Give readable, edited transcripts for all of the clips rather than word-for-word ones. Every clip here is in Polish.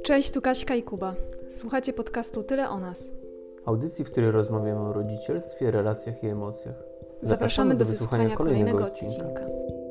Cześć, tu Kaśka i Kuba. Słuchacie podcastu Tyle o nas. Audycji, w której rozmawiamy o rodzicielstwie, relacjach i emocjach. Zapraszamy do wysłuchania kolejnego odcinka.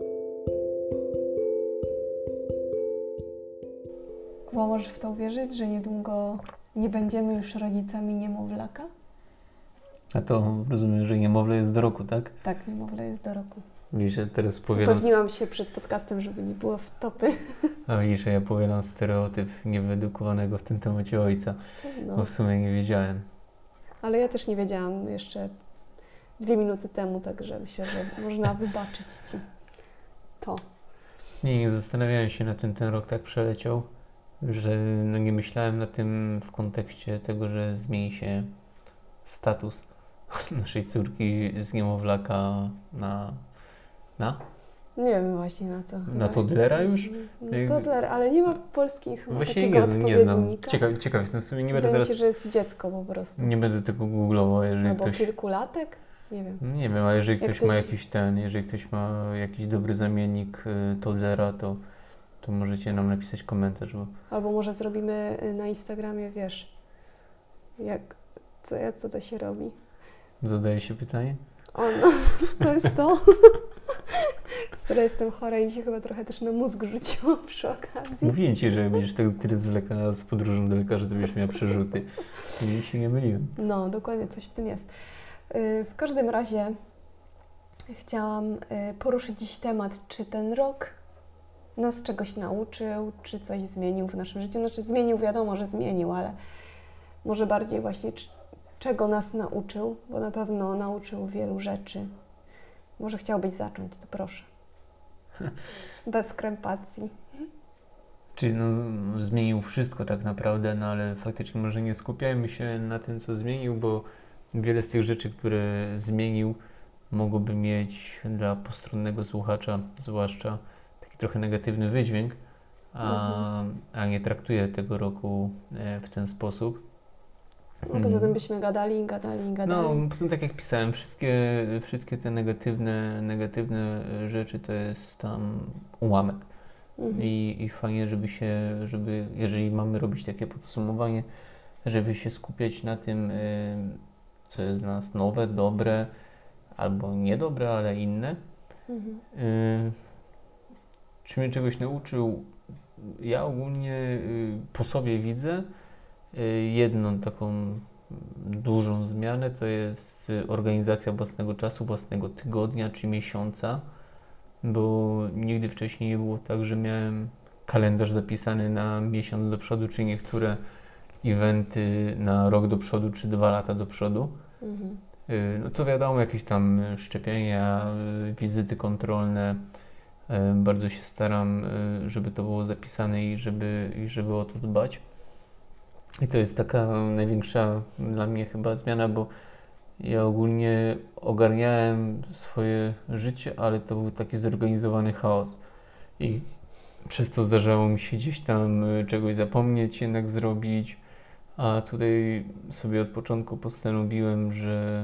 Kuba, możesz w to uwierzyć, że niedługo nie będziemy już rodzicami niemowlaka? A to rozumiem, że niemowlę jest do roku, tak? Tak, niemowlę jest do roku. Widzisz, ja teraz powiadam... Upewniłam się przed podcastem, żeby nie było wtopy. A widzisz, ja powiadam stereotyp niewyedukowanego w tym temacie ojca, bo w sumie nie wiedziałem. Ale ja też nie wiedziałam jeszcze 2 minuty temu, także myślę, że można wybaczyć Ci to. Nie zastanawiałem się nad tym, ten rok tak przeleciał, że nie myślałem nad tym w kontekście tego, że zmieni się status naszej córki z niemowlaka na? Nie wiem właśnie na co. Na toddlera już? Toddler, ale nie ma polskich chyba właśnie takiego odpowiednika. Ciekaw jestem, w sumie nie będę Wydaje mi teraz... się, że jest dziecko po prostu. Nie będę tego googlował, jeżeli Albo ktoś... kilkulatek? Nie wiem. Nie wiem, ale jeżeli ktoś ma jeżeli ktoś ma jakiś dobry zamiennik toddlera, to możecie nam napisać komentarz, bo... Albo może zrobimy na Instagramie, wiesz, co to się robi. Zadaje się pytanie? No, to jest to. Skoro jestem chora i mi się chyba trochę też na mózg rzuciło przy okazji. Mówiłem Ci, że jak będziesz tak tyle zwlekała z podróżą do lekarza, to będziesz miała przerzuty. I się nie myliłem. No, dokładnie coś w tym jest. W każdym razie chciałam poruszyć dziś temat, czy ten rok nas czegoś nauczył, czy coś zmienił w naszym życiu. Znaczy zmienił, wiadomo, że zmienił, ale może bardziej właśnie czego nas nauczył, bo na pewno nauczył wielu rzeczy. Może chciałbyś zacząć, to proszę. Bez krępacji. Czyli zmienił wszystko tak naprawdę, ale faktycznie może nie skupiajmy się na tym, co zmienił, bo wiele z tych rzeczy, które zmienił, mogłoby mieć dla postronnego słuchacza, zwłaszcza taki trochę negatywny wydźwięk, a nie traktuje tego roku w ten sposób. No, poza tym byśmy gadali. No, poza tym tak jak pisałem, wszystkie te negatywne rzeczy to jest tam ułamek. I fajnie, żeby jeżeli mamy robić takie podsumowanie, żeby się skupiać na tym, co jest dla nas nowe, dobre, albo niedobre, ale inne. Czy mnie czegoś nauczył? Ja ogólnie po sobie widzę jedną taką dużą zmianę, to jest organizacja własnego czasu, własnego tygodnia czy miesiąca, bo nigdy wcześniej nie było tak, że miałem kalendarz zapisany na miesiąc do przodu, czy niektóre eventy na rok do przodu, czy 2 lata do przodu. No to wiadomo, jakieś tam szczepienia, wizyty kontrolne. Bardzo się staram, żeby to było zapisane i żeby o to dbać. I to jest taka największa dla mnie chyba zmiana, bo ja ogólnie ogarniałem swoje życie, ale to był taki zorganizowany chaos. I przez to zdarzało mi się gdzieś tam czegoś zapomnieć, jednak zrobić. A tutaj sobie od początku postanowiłem, że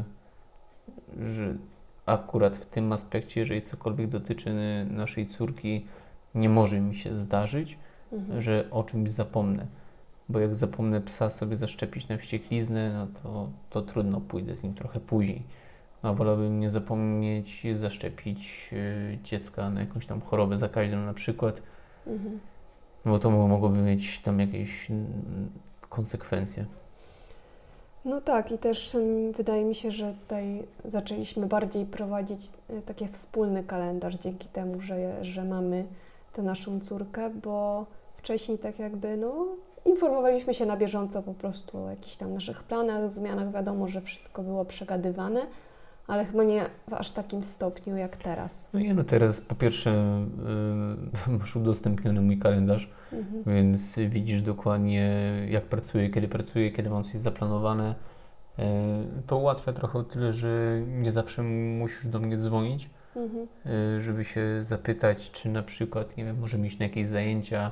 akurat w tym aspekcie, jeżeli cokolwiek dotyczy naszej córki, nie może mi się zdarzyć, że o czymś zapomnę. Bo jak zapomnę psa sobie zaszczepić na wściekliznę, no to trudno, pójdę z nim trochę później. A wolałbym nie zapomnieć zaszczepić dziecka na jakąś tam chorobę zakaźną na przykład, bo to mogłoby mieć tam jakieś konsekwencje. No tak, i też wydaje mi się, że tutaj zaczęliśmy bardziej prowadzić taki wspólny kalendarz dzięki temu, że mamy tę naszą córkę, bo wcześniej tak jakby informowaliśmy się na bieżąco po prostu o jakichś tam naszych planach, zmianach. Wiadomo, że wszystko było przegadywane, ale chyba nie w aż takim stopniu jak teraz. No teraz po pierwsze masz udostępniony mój kalendarz, więc widzisz dokładnie jak pracuję, kiedy mam coś zaplanowane. To ułatwia trochę o tyle, że nie zawsze musisz do mnie dzwonić, żeby się zapytać, czy na przykład, nie wiem, możemy iść na jakieś zajęcia,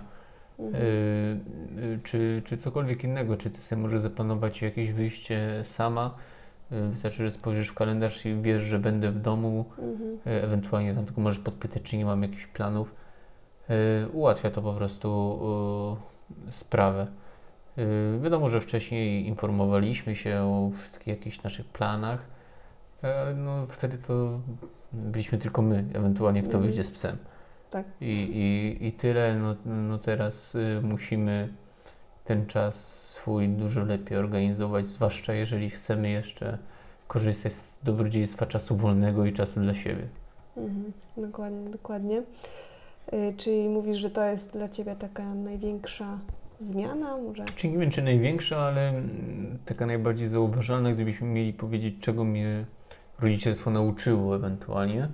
czy cokolwiek innego, czy ty sobie możesz zaplanować jakieś wyjście sama. Wystarczy, że spojrzysz w kalendarz i wiesz, że będę w domu, ewentualnie tam tylko możesz podpytać, czy nie mam jakichś planów. Ułatwia to po prostu sprawę. Wiadomo, że wcześniej informowaliśmy się o wszystkich jakichś naszych planach, ale no wtedy to byliśmy tylko my, ewentualnie kto wyjdzie z psem. Tak. I tyle. No teraz musimy ten czas swój dużo lepiej organizować, zwłaszcza jeżeli chcemy jeszcze korzystać z dobrodziejstwa czasu wolnego i czasu dla siebie. Dokładnie, dokładnie. Czyli mówisz, że to jest dla Ciebie taka największa zmiana? Może? Czyli nie wiem, czy największa, ale taka najbardziej zauważalna, gdybyśmy mieli powiedzieć, czego mnie rodzicielstwo nauczyło ewentualnie,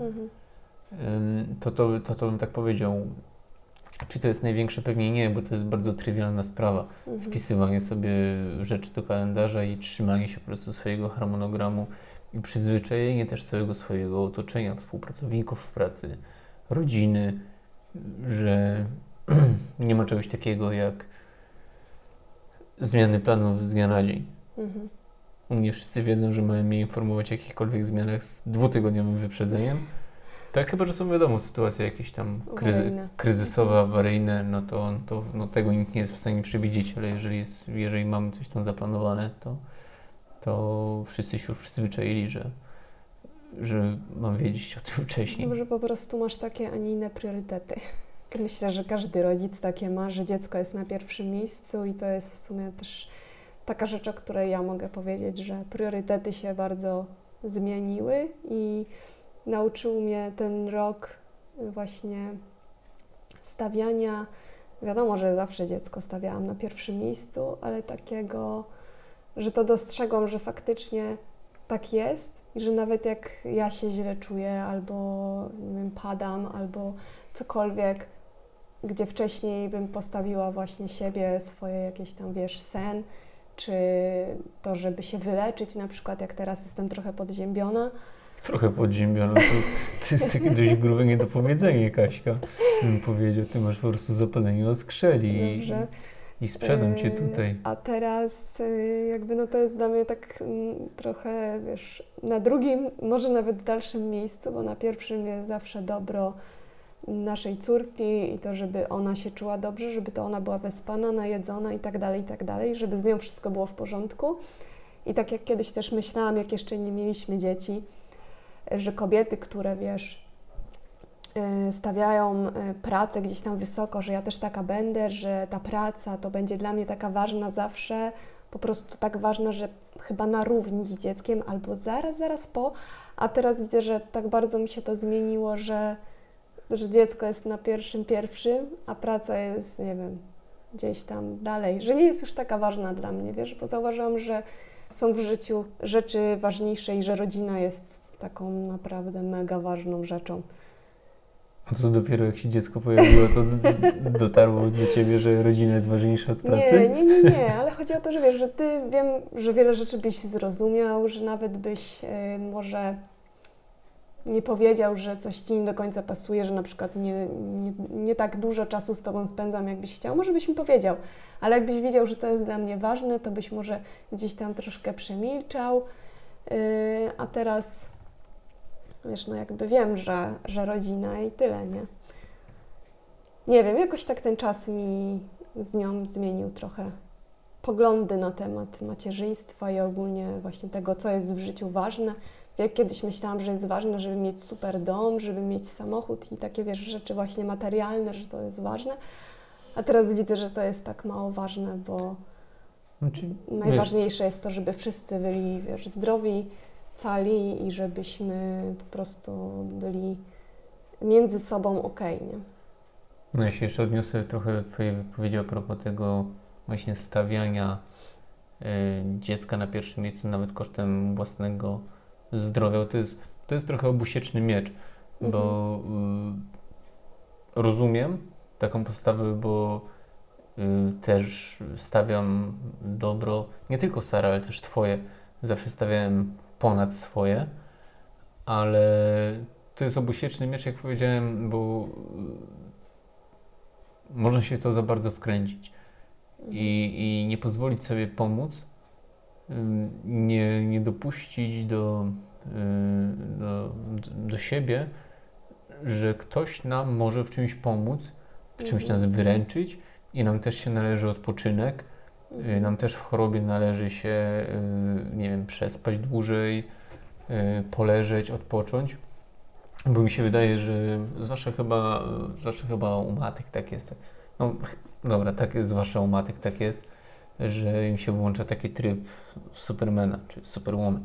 to bym tak powiedział. Czy to jest największe? Pewnie nie, bo to jest bardzo trywialna sprawa. Wpisywanie sobie rzeczy do kalendarza i trzymanie się po prostu swojego harmonogramu i przyzwyczajenie też całego swojego otoczenia, współpracowników w pracy, rodziny, że nie ma czegoś takiego jak zmiany planów z dnia na dzień. U mnie wszyscy wiedzą, że mają mnie informować o jakichkolwiek zmianach z 2-tygodniowym wyprzedzeniem. Tak, chyba że są wiadomo sytuacje jakieś tam kryzysowe, awaryjne, no tego nikt nie jest w stanie przewidzieć, ale jeżeli mamy coś tam zaplanowane, to wszyscy się już przyzwyczaili, że mam wiedzieć o tym wcześniej. Może po prostu masz takie, a nie inne priorytety. Myślę, że każdy rodzic takie ma, że dziecko jest na pierwszym miejscu i to jest w sumie też taka rzecz, o której ja mogę powiedzieć, że priorytety się bardzo zmieniły i nauczył mnie ten rok właśnie stawiania, wiadomo, że zawsze dziecko stawiałam na pierwszym miejscu, ale takiego, że to dostrzegłam, że faktycznie tak jest i że nawet jak ja się źle czuję albo nie wiem, padam albo cokolwiek, gdzie wcześniej bym postawiła właśnie siebie, swoje jakieś tam, sen, czy to, żeby się wyleczyć, na przykład jak teraz jestem trochę podziębiona. Trochę podziębiona, to jest takie dość grube niedopowiedzenie, Kaśka, bym powiedział. Ty masz po prostu zapalenie oskrzeli i sprzedam Cię tutaj. A teraz to jest dla mnie tak trochę, na drugim, może nawet w dalszym miejscu, bo na pierwszym jest zawsze dobro naszej córki i to, żeby ona się czuła dobrze, żeby to ona była wyspana, najedzona i tak dalej, żeby z nią wszystko było w porządku. I tak jak kiedyś też myślałam, jak jeszcze nie mieliśmy dzieci, że kobiety, które stawiają pracę gdzieś tam wysoko, że ja też taka będę, że ta praca to będzie dla mnie taka ważna zawsze, po prostu tak ważna, że chyba na równi z dzieckiem albo zaraz po, a teraz widzę, że tak bardzo mi się to zmieniło, że dziecko jest na pierwszym, a praca jest, nie wiem, gdzieś tam dalej, że nie jest już taka ważna dla mnie, bo zauważyłam, że są w życiu rzeczy ważniejsze i że rodzina jest taką naprawdę mega ważną rzeczą. A to dopiero jak się dziecko pojawiło, to dotarło do Ciebie, że rodzina jest ważniejsza od pracy? Nie, ale chodzi o to, że że Ty wiem, że wiele rzeczy byś zrozumiał, że nawet byś może nie powiedział, że coś Ci nie do końca pasuje, że na przykład nie tak dużo czasu z Tobą spędzam, jakbyś chciał. Może byś mi powiedział, ale jakbyś wiedział, że to jest dla mnie ważne, to byś może gdzieś tam troszkę przemilczał, a teraz wiem, że rodzina i tyle, nie? Nie wiem, jakoś tak ten czas mi z nią zmienił trochę poglądy na temat macierzyństwa i ogólnie właśnie tego, co jest w życiu ważne. Ja kiedyś myślałam, że jest ważne, żeby mieć super dom, żeby mieć samochód i takie, rzeczy właśnie materialne, że to jest ważne. A teraz widzę, że to jest tak mało ważne, bo najważniejsze jest to, żeby wszyscy byli, zdrowi, cali i żebyśmy po prostu byli między sobą okej, nie? No ja się jeszcze odniosę trochę do Twojej wypowiedzi a propos tego właśnie stawiania dziecka na pierwszym miejscu, nawet kosztem własnego zdrowia. To jest trochę obusieczny miecz, bo rozumiem taką postawę, bo też stawiam dobro, nie tylko Sara, ale też Twoje. Zawsze stawiałem ponad swoje, ale to jest obusieczny miecz, jak powiedziałem, bo można się w to za bardzo wkręcić i nie pozwolić sobie pomóc, nie dopuścić do siebie, że ktoś nam może w czymś pomóc, w czymś nas wyręczyć i nam też się należy odpoczynek Nam też w chorobie należy się, nie wiem, przespać dłużej, poleżeć, odpocząć. Bo mi się wydaje, że zwłaszcza chyba u matek tak jest. No dobra, tak jest, zwłaszcza u matek tak jest, że im się włącza taki tryb Supermana, czy Superwoman.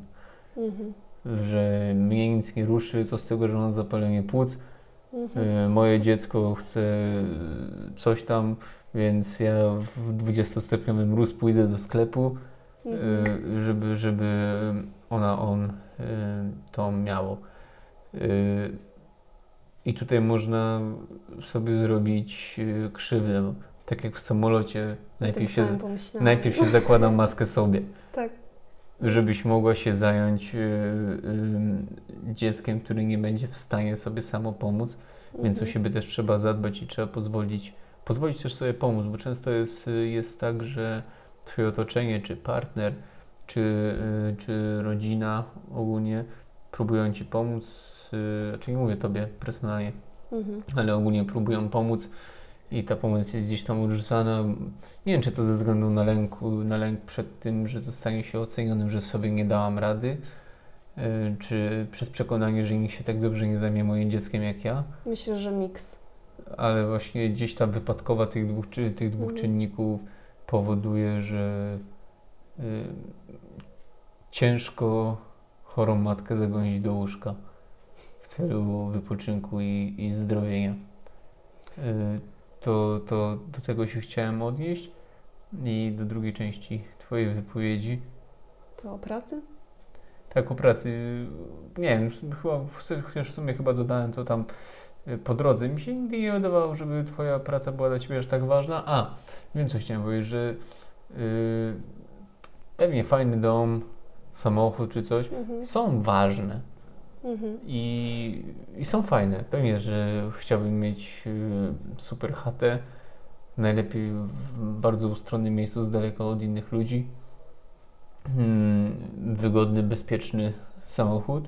Że mnie nic nie ruszy, co z tego, że mam zapalenie płuc. Moje dziecko chce coś tam, więc ja w 20-stopniowy mróz pójdę do sklepu, żeby on to miało. I tutaj można sobie zrobić krzywdę, bo tak jak w samolocie, najpierw się zakłada maskę sobie, tak. żebyś mogła się zająć dzieckiem, który nie będzie w stanie sobie samo pomóc, więc o siebie też trzeba zadbać i trzeba pozwolić też sobie pomóc, bo często jest tak, że twoje otoczenie, czy partner, czy rodzina ogólnie próbują ci pomóc, znaczy nie mówię tobie personalnie, ale ogólnie próbują pomóc i ta pomoc jest gdzieś tam odrzucana. Nie wiem, czy to ze względu na lęk przed tym, że zostanie się ocenionym, że sobie nie dałam rady, czy przez przekonanie, że nikt się tak dobrze nie zajmie moim dzieckiem jak ja. Myślę, że miks. Ale właśnie gdzieś ta wypadkowa tych dwóch czynników powoduje, że ciężko chorą matkę zagonić do łóżka w celu wypoczynku i zdrowienia. To do tego się chciałem odnieść i do drugiej części twojej wypowiedzi. To o pracy? Tak, o pracy. Nie wiem, chociaż w sumie chyba dodałem to tam po drodze. Mi się nigdy nie wydawało, żeby twoja praca była dla ciebie aż tak ważna. Wiem, co chciałem powiedzieć, że pewnie fajny dom, samochód czy coś są ważne i są fajne. Pewnie, że chciałbym mieć super chatę, najlepiej w bardzo ustronnym miejscu z daleka od innych ludzi, wygodny, bezpieczny samochód,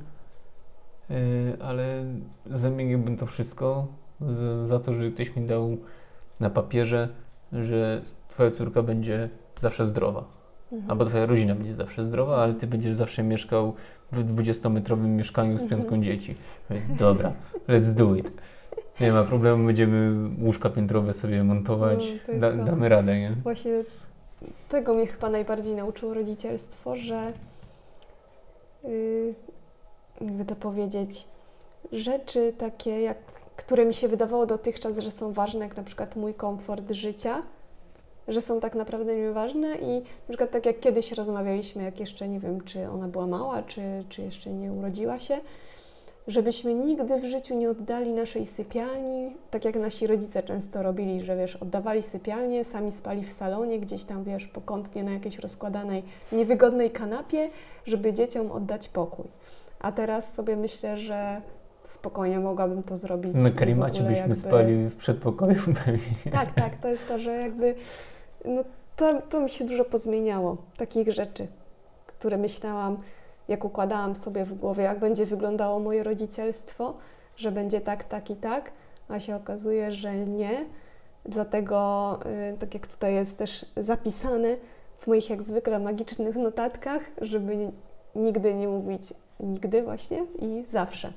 ale zamieniłbym to wszystko za to, że ktoś mi dał na papierze, że twoja córka będzie zawsze zdrowa. Albo twoja rodzina będzie zawsze zdrowa, ale ty będziesz zawsze mieszkał w 20-metrowym mieszkaniu z 5 dzieci. Dobra, let's do it. Nie ma problemu, będziemy łóżka piętrowe sobie montować, damy radę, nie? Właśnie tego mnie chyba najbardziej nauczyło rodzicielstwo, że jakby to powiedzieć, rzeczy takie, które mi się wydawało dotychczas, że są ważne, jak na przykład mój komfort życia, że są tak naprawdę nieważne i na przykład tak jak kiedyś rozmawialiśmy, jak jeszcze nie wiem, czy ona była mała, czy jeszcze nie urodziła się, żebyśmy nigdy w życiu nie oddali naszej sypialni, tak jak nasi rodzice często robili, że wiesz, oddawali sypialnię, sami spali w salonie, gdzieś tam wiesz, pokątnie na jakiejś rozkładanej, niewygodnej kanapie, żeby dzieciom oddać pokój. A teraz sobie myślę, że spokojnie mogłabym to zrobić. Na karimacie byśmy spali w przedpokoju pewnie. Tak, to jest to, że jakby to mi się dużo pozmieniało, takich rzeczy, które myślałam, jak układałam sobie w głowie, jak będzie wyglądało moje rodzicielstwo, że będzie tak i tak, a się okazuje, że nie. Dlatego, tak jak tutaj jest też zapisane w moich jak zwykle magicznych notatkach, żeby nigdy nie mówić nigdy właśnie i zawsze.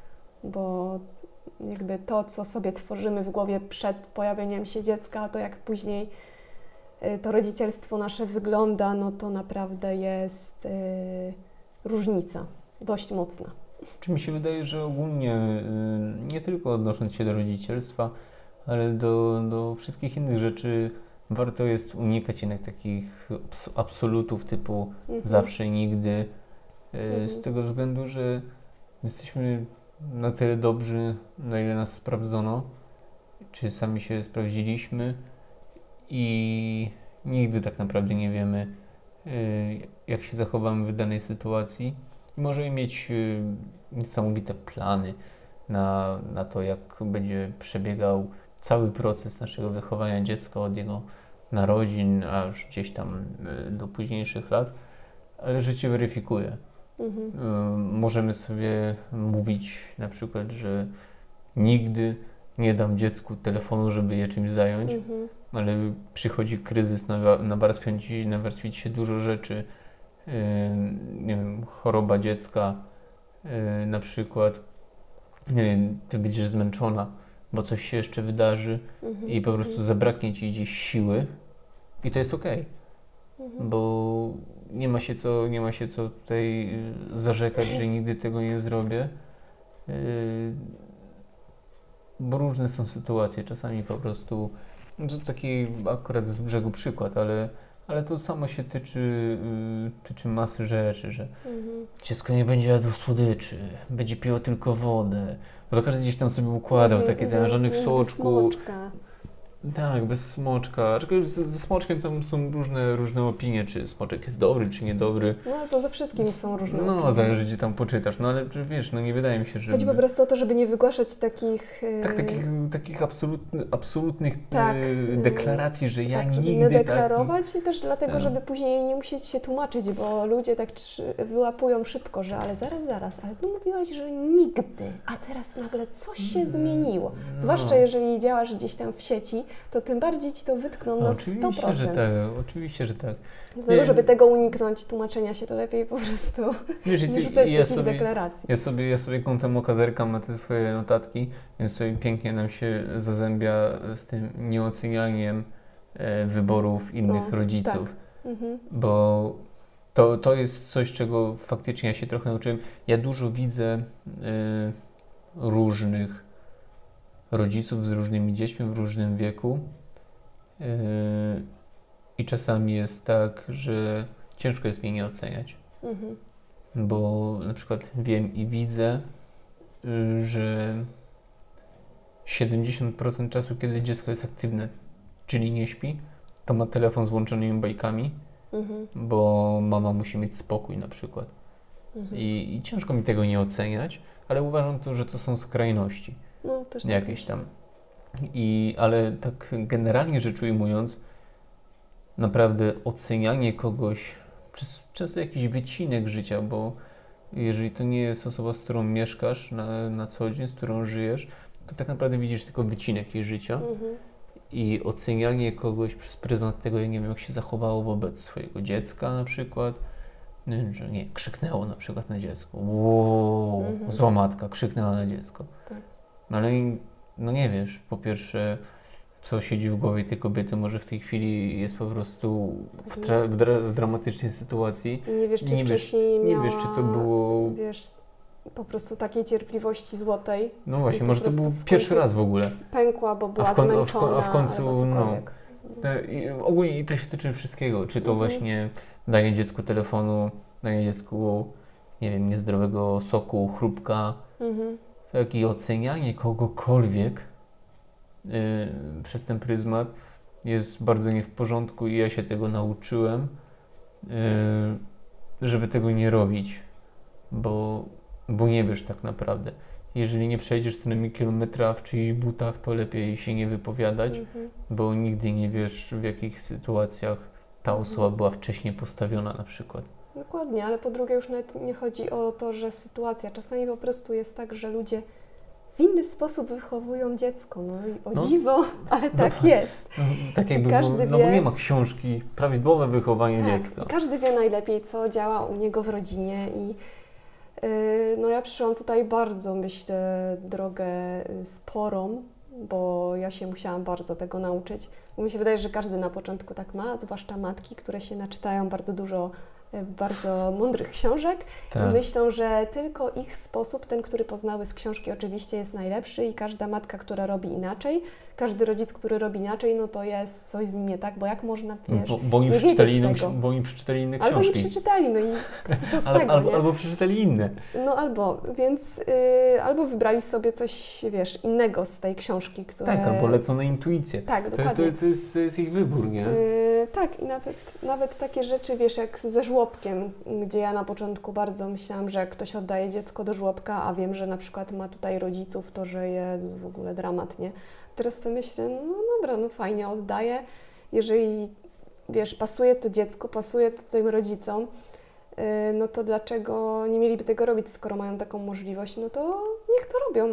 Bo jakby to, co sobie tworzymy w głowie przed pojawieniem się dziecka, to jak później to rodzicielstwo nasze wygląda, no to naprawdę jest różnica dość mocna. Czy mi się wydaje, że ogólnie nie tylko odnosząc się do rodzicielstwa, ale do wszystkich innych rzeczy warto jest unikać jednak takich absolutów typu zawsze i nigdy, z tego względu, że jesteśmy na tyle dobrzy, na ile nas sprawdzono, czy sami się sprawdziliśmy i nigdy tak naprawdę nie wiemy, jak się zachowamy w danej sytuacji i możemy mieć niesamowite plany na to, jak będzie przebiegał cały proces naszego wychowania dziecka od jego narodzin aż gdzieś tam do późniejszych lat, ale życie weryfikuje. Możemy sobie mówić na przykład, że nigdy nie dam dziecku telefonu, żeby je czymś zająć, ale przychodzi kryzys, nawarstwi ci się dużo rzeczy, nie wiem, choroba dziecka, na przykład, ty będziesz zmęczona, bo coś się jeszcze wydarzy i po prostu zabraknie ci gdzieś siły i to jest okej, bo nie ma się co tutaj zarzekać, że nigdy tego nie zrobię, bo różne są sytuacje, czasami po prostu, to taki akurat z brzegu przykład, ale to samo się tyczy masy rzeczy, że dziecko nie będzie jadło słodyczy, będzie piło tylko wodę, bo to każdy gdzieś tam sobie układał takie tam żadnych soczków. Tak, bez smoczka. Ze smoczkiem tam są różne opinie, czy smoczek jest dobry, czy niedobry. No to ze wszystkim są różne opinie. opinie. Zależy, gdzie tam poczytasz. No ale wiesz, nie wydaje mi się, że... Chodzi po prostu o to, żeby nie wygłaszać takich... takich absolutnych deklaracji, że ja żeby nigdy nie deklarować i też dlatego, żeby później nie musieć się tłumaczyć, bo ludzie tak wyłapują szybko, że ale zaraz, ale tu mówiłaś, że nigdy, a teraz nagle coś się zmieniło. Zwłaszcza jeżeli działasz gdzieś tam w sieci, to tym bardziej ci to wytkną na 100%. Oczywiście, że tak. Dlatego, żeby tego uniknąć, tłumaczenia się, to lepiej po prostu nie rzucać takich deklaracji. Ja sobie kątem oka zerkam na te twoje notatki, więc tutaj pięknie nam się zazębia z tym nieocenianiem wyborów innych rodziców. Tak. Bo to jest coś, czego faktycznie ja się trochę nauczyłem. Ja dużo widzę różnych rodziców z różnymi dziećmi w różnym wieku i czasami jest tak, że ciężko jest mnie nie oceniać, bo na przykład wiem i widzę, że 70% czasu, kiedy dziecko jest aktywne, czyli nie śpi, to ma telefon z włączonymi bajkami, bo mama musi mieć spokój na przykład. I ciężko mi tego nie oceniać, ale uważam to, że to są skrajności. No, też jakieś tam. Ale tak generalnie rzecz ujmując, naprawdę ocenianie kogoś przez często jakiś wycinek życia, bo jeżeli to nie jest osoba, z którą mieszkasz na co dzień, z którą żyjesz, to tak naprawdę widzisz tylko wycinek jej życia i ocenianie kogoś przez pryzmat tego, ja nie wiem, jak się zachowało wobec swojego dziecka na przykład, że nie, krzyknęło na przykład na dziecko. Zła matka krzyknęła na dziecko. Tak. Ale no nie wiesz, po pierwsze, co siedzi w głowie tej kobiety, może w tej chwili jest po prostu w dramatycznej sytuacji. I nie wiesz, czy wcześniej miała, nie wiesz, czy to było... Wiesz, po prostu takiej cierpliwości złotej. No właśnie, może to był pierwszy raz w ogóle. Pękła, bo była zmęczona, a w końcu, albo cokolwiek. Ogólnie to się tyczy wszystkiego. Czy to właśnie daje dziecku telefonu, daje dziecku, nie wiem, niezdrowego soku, chrupka, tak, i ocenianie kogokolwiek przez ten pryzmat jest bardzo nie w porządku i ja się tego nauczyłem, żeby tego nie robić, bo nie wiesz tak naprawdę. Jeżeli nie przejdziesz co najmniej kilometra w czyichś butach, to lepiej się nie wypowiadać, bo nigdy nie wiesz, w jakich sytuacjach ta osoba była wcześniej postawiona na przykład. Dokładnie, ale po drugie już nawet nie chodzi o to, że sytuacja. Czasami po prostu jest tak, że ludzie w inny sposób wychowują dziecko. No i o dziwo, ale tak jest. Tak jakby, bo nie ma książki Prawidłowe wychowanie dziecka. Każdy wie najlepiej, co działa u niego w rodzinie i ja przyszłam tutaj bardzo, myślę, drogę sporą, bo ja się musiałam bardzo tego nauczyć. Bo mi się wydaje, że każdy na początku tak ma, zwłaszcza matki, które się naczytają bardzo dużo bardzo mądrych książek i myślą, że tylko ich sposób, ten, który poznały z książki, oczywiście jest najlepszy i każda matka, która robi inaczej, każdy rodzic, który robi inaczej, no to jest coś z nim nie tak, bo jak można, wiesz, bo oni nie przeczytali wiedzieć tego. Bo oni przeczytali inne książki. Albo nie przeczytali, no i co z tego, albo przeczytali inne. No więc albo wybrali sobie coś, wiesz, innego z tej książki, które... Tak, albo lecą na intuicję. Tak, dokładnie. To jest ich wybór, nie? Tak, i nawet takie rzeczy, wiesz, jak ze żłobkiem, gdzie ja na początku bardzo myślałam, że jak ktoś oddaje dziecko do żłobka, a wiem, że na przykład ma tutaj rodziców, to że je w ogóle dramat, nie? Teraz sobie myślę, no dobra, no fajnie, oddaję. Jeżeli, wiesz, pasuje to dziecku, pasuje to tym rodzicom, no to dlaczego nie mieliby tego robić, skoro mają taką możliwość? No to niech to robią.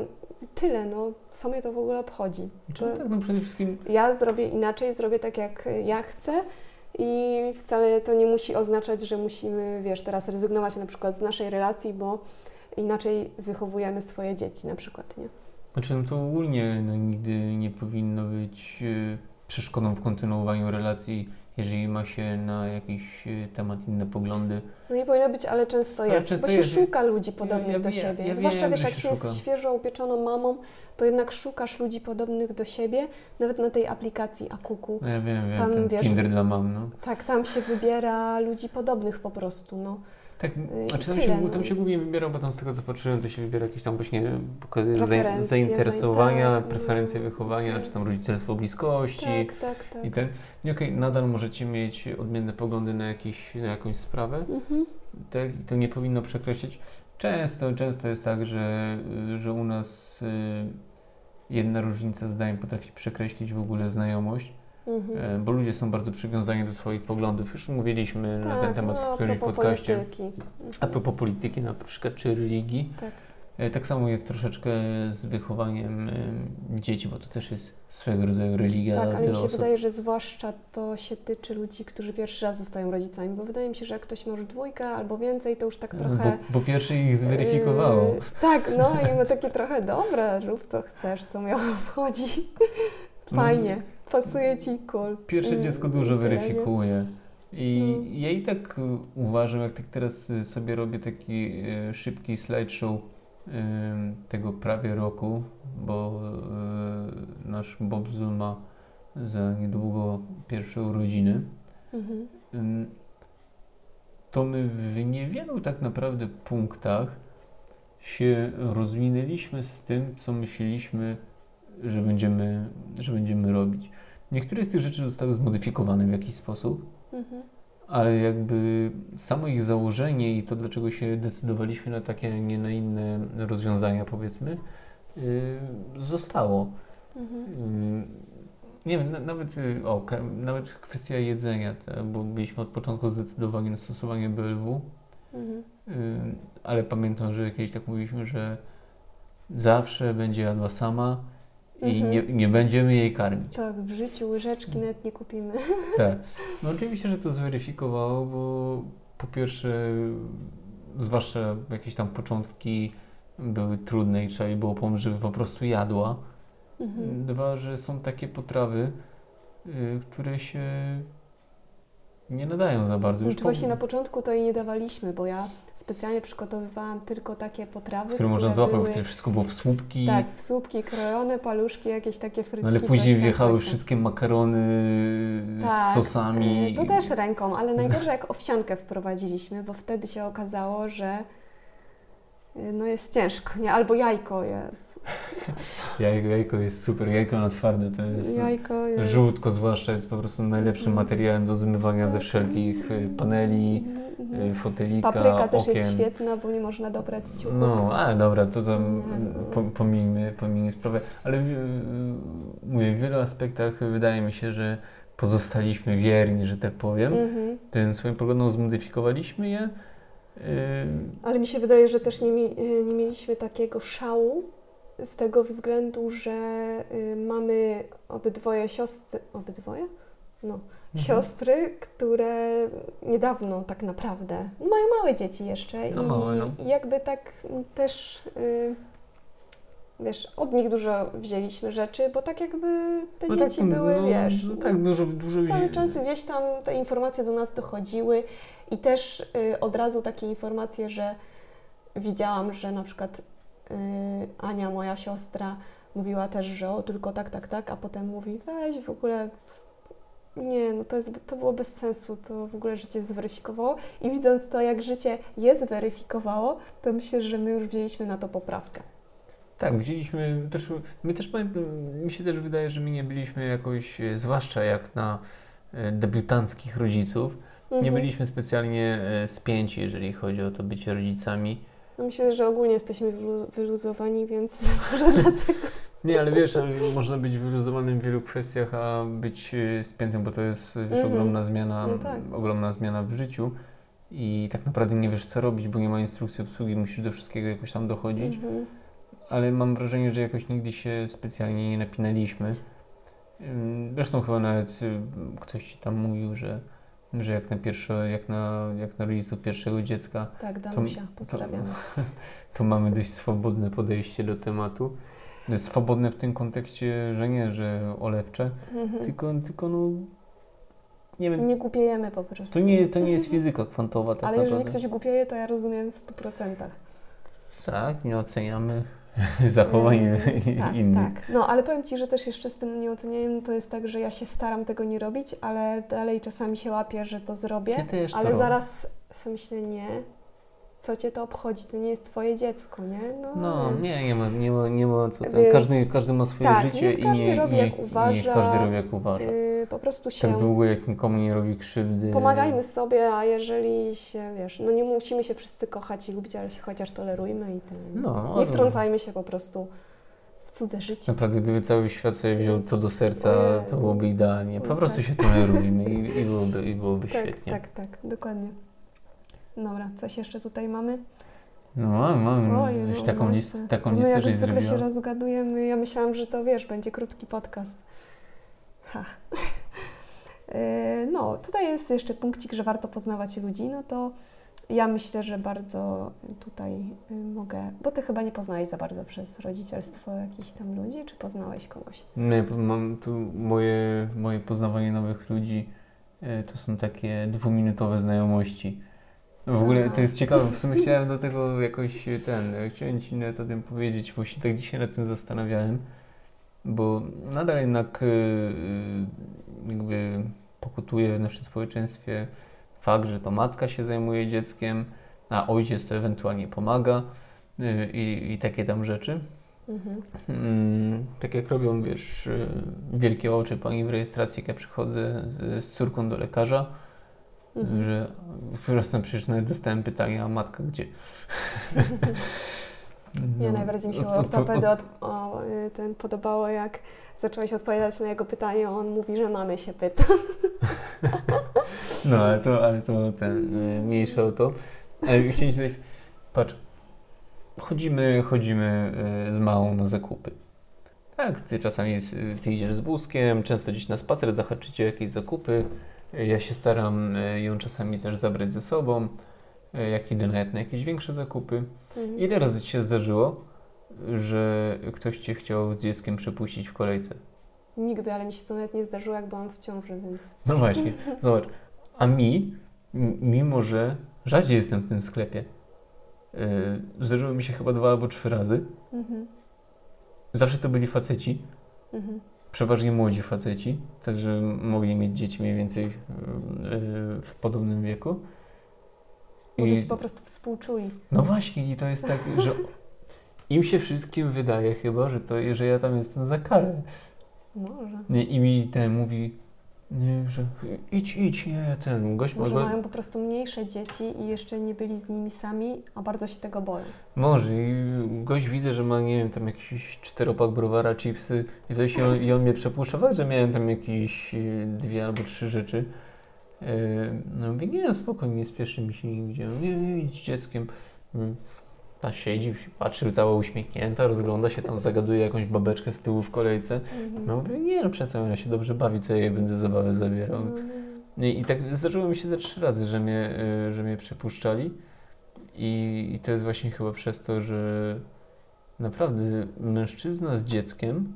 tyle, no co mnie to w ogóle obchodzi. To, tak, no przede wszystkim... Ja zrobię inaczej, zrobię tak jak ja chcę i wcale to nie musi oznaczać, że musimy, wiesz, teraz rezygnować na przykład z naszej relacji, bo inaczej wychowujemy swoje dzieci na przykład, nie? Znaczy, no to ogólnie nigdy nie powinno być przeszkodą w kontynuowaniu relacji, jeżeli ma się na jakiś temat inne poglądy. No nie powinno być, ale często jest, często bo się jest. szuka ludzi podobnych do siebie. Ja Zwłaszcza, wiem, wiesz, że jak się się jest szuka. świeżo upieczoną mamą, to jednak szukasz ludzi podobnych do siebie, nawet na tej aplikacji Akuku. No ja wiem, Tam, ten wiesz, Tinder dla mam, no. Tak, tam się wybiera ludzi podobnych po prostu, no. Tak, znaczy tam się głównie wybiera, bo tam z tego co patrzyłem, to się wybiera jakieś tam właśnie zainteresowania, tak, preferencje wychowania, czy tam rodzicielstwo bliskości Tak. i ten. I okej, nadal możecie mieć odmienne poglądy na jakąś sprawę, tak, i to nie powinno przekreślić. Często jest tak, że u nas jedna różnica zdań potrafi przekreślić w ogóle znajomość. Bo ludzie są bardzo przywiązani do swoich poglądów. Już mówiliśmy na ten temat w którymś podcaście. A propos polityki na przykład, czy religii. Tak samo jest troszeczkę z wychowaniem dzieci, bo to też jest swego rodzaju religia. Tak, ale mi się wydaje, że zwłaszcza to się tyczy ludzi, którzy pierwszy raz zostają rodzicami, bo wydaje mi się, że jak ktoś ma już 2 albo więcej, to już tak trochę... Bo pierwsze ich zweryfikowało. Tak, no i ma takie trochę, dobra, rób co chcesz, co mnie obchodzi. Fajnie. Pasuje ci, cool. Pierwsze dziecko dużo weryfikuje. I ja i tak uważam, jak tak teraz sobie robię taki szybki slideshow tego prawie roku, bo nasz Bobzu ma za niedługo pierwsze urodziny, to my w niewielu tak naprawdę punktach się rozwinęliśmy z tym, co myśleliśmy, że będziemy robić. Niektóre z tych rzeczy zostały zmodyfikowane w jakiś sposób, ale jakby samo ich założenie i to, dlaczego się decydowaliśmy na takie, a nie na inne rozwiązania, powiedzmy, zostało. Nie wiem, nawet kwestia jedzenia, bo byliśmy od początku zdecydowani na stosowanie BLW, ale pamiętam, że kiedyś tak mówiliśmy, że zawsze będzie jadła sama i nie będziemy jej karmić. Tak, w życiu łyżeczki nawet nie kupimy. Tak. No oczywiście, że to zweryfikowało, bo po pierwsze, zwłaszcza jakieś tam początki były trudne i trzeba było pomóc, żeby po prostu jadła. 2, że są takie potrawy, które się nie nadają za bardzo. Już właśnie na początku to jej nie dawaliśmy, bo ja specjalnie przygotowywałam tylko takie potrawy, które można złapać, bo wtedy wszystko było w słupki. Tak, w słupki krojone, paluszki, jakieś takie frytki. No ale później wjechały wszystkie makarony z sosami. To też ręką, ale najgorzej jak owsiankę wprowadziliśmy, bo wtedy się okazało, że no jest ciężko, nie? Albo jajko jest. Jajko jest super, jajko na twarde to jest. Jajko jest... Żółtko zwłaszcza jest po prostu najlepszym materiałem do zmywania ze wszelkich paneli, fotelika, Papryka też okien. jest świetna, bo nie można dobrać ciuchów. No, ale dobra, to tam pomijmy sprawę. Ale mówię, w wielu aspektach wydaje mi się, że pozostaliśmy wierni, że tak powiem. Tym swoim poglądom zmodyfikowaliśmy je. Ale mi się wydaje, że też nie mieliśmy takiego szału z tego względu, że mamy obydwoje siostry, siostry, które niedawno tak naprawdę mają małe dzieci jeszcze i jakby tak też wiesz, od nich dużo wzięliśmy rzeczy, bo tak jakby te dzieci były, wiesz, dużo cały czas gdzieś tam te informacje do nas dochodziły i też od razu takie informacje, że widziałam, że na przykład Ania, moja siostra, mówiła też, że tylko tak, a potem mówi, weź w ogóle, nie, no to było bez sensu, to w ogóle życie zweryfikowało i widząc to, jak życie je zweryfikowało, to myślę, że my już wzięliśmy na to poprawkę. Tak, wzięliśmy też, mi się też wydaje, że my nie byliśmy jakoś, zwłaszcza jak na debiutanckich rodziców, nie byliśmy specjalnie spięci, jeżeli chodzi o to bycie rodzicami. No myślę, że ogólnie jesteśmy wyluzowani, więc może dlatego. Nie, ale wiesz, można być wyluzowanym w wielu kwestiach, a być spiętym, bo to jest ogromna zmiana, ogromna zmiana w życiu i tak naprawdę nie wiesz, co robić, bo nie ma instrukcji obsługi, musisz do wszystkiego jakoś tam dochodzić. ale mam wrażenie, że jakoś nigdy się specjalnie nie napinaliśmy. Zresztą chyba nawet ktoś ci tam mówił, że jak na rodziców pierwszego dziecka, Tak, Danusia, pozdrawiamy. to mamy dość swobodne podejście do tematu. Swobodne w tym kontekście, że nie, że olewcze, tylko no, nie wiem. Nie głupiejemy po prostu. To nie jest fizyka kwantowa tak ale naprawdę. jeżeli ktoś głupieje, to ja rozumiem w 100%. Tak, nie oceniamy zachowań innych. Tak. No, ale powiem Ci, że też jeszcze z tym nieocenianiem to jest tak, że ja się staram tego nie robić, ale dalej czasami się łapię, że to zrobię, Ja też to ale robię. zaraz sobie myślę, nie, co Cię to obchodzi, to nie jest Twoje dziecko, nie? Nie ma co tam. Więc, Każdy ma swoje życie i każdy robi jak uważa. każdy robi jak uważa. Po prostu się... Tak długo jak nikomu nie robi krzywdy. Pomagajmy sobie, a jeżeli się, wiesz, no nie musimy się wszyscy kochać i lubić, ale się chociaż tolerujmy i tyle. Nie wtrącajmy się po prostu w cudze życie. Naprawdę, gdyby cały świat sobie wziął to do serca, to byłoby idealnie. Po prostu się tolerujmy i byłoby świetnie. Tak, dokładnie. Dobra, coś jeszcze tutaj mamy? No mamy już taką listę, My jak żeś zwykle zrobiła. się rozgadujemy. Ja myślałam, że to wiesz, będzie krótki podcast. No, tutaj jest jeszcze punkcik, że warto poznawać ludzi, no to ja myślę, że bardzo tutaj mogę, bo Ty chyba nie poznałeś za bardzo przez rodzicielstwo jakichś tam ludzi, czy poznałeś kogoś? Nie, mam tu moje poznawanie nowych ludzi, to są takie 2-minutowe znajomości. W ogóle to jest ciekawe, w sumie chciałem do tego jakoś chciałem Ci nawet o tym powiedzieć, bo się tak dzisiaj nad tym zastanawiałem, bo nadal jednak jakby pokutuje w naszym społeczeństwie fakt, że to matka się zajmuje dzieckiem, a ojciec to ewentualnie pomaga i takie tam rzeczy. Tak jak robią, wiesz, wielkie oczy pani w rejestracji, jak ja przychodzę z córką do lekarza, że wprost przecież nawet dostałem pytanie, a matka gdzie? Nie, najbardziej mi się ortopedy podobało, jak zacząłeś odpowiadać na jego pytanie, on mówi, że mamy się pyta. No, ale to mniejsze o to. Chciałem ci powiedzieć, patrz, chodzimy z małą na zakupy. Tak, ty idziesz z wózkiem, często gdzieś na spacer, zahaczycie jakieś zakupy. Ja się staram ją czasami też zabrać ze sobą, jak idę nawet na jakieś większe zakupy. Ile razy Ci się zdarzyło, że ktoś Cię chciał z dzieckiem przepuścić w kolejce? Nigdy, ale mi się to nawet nie zdarzyło, jak byłam w ciąży, więc... No właśnie, zobacz. A mimo że rzadziej jestem w tym sklepie, zdarzyło mi się chyba 2 albo 3 razy. Zawsze to byli faceci. Przeważnie młodzi faceci, którzy mogli mieć dzieci mniej więcej w podobnym wieku. Może się po prostu współczuli. No właśnie, i to jest tak, że im się wszystkim wydaje chyba, że ja tam jestem za karę. Może. I mi mówi, nie, że idź, nie, gość może mają po prostu mniejsze dzieci i jeszcze nie byli z nimi sami, a bardzo się tego boją. Może i gość widzę, że ma, nie wiem, tam jakiś 4-pak browara, chipsy i on mnie przepuszcza, fakt, że miałem tam jakieś 2 albo 3 rzeczy. No mówię, nie, spokojnie, nie spieszy mi się nigdzie, nie idź z dzieckiem. Ta siedzi, patrzy cała uśmiechnięta, rozgląda się tam, zagaduje jakąś babeczkę z tyłu w kolejce. No mówię, nie, przestań, ja się dobrze bawi, co ja jej będę zabawę zabierał. I tak zdarzyło mi się ze 3 razy, że mnie przepuszczali i to jest właśnie chyba przez to, że naprawdę mężczyzna z dzieckiem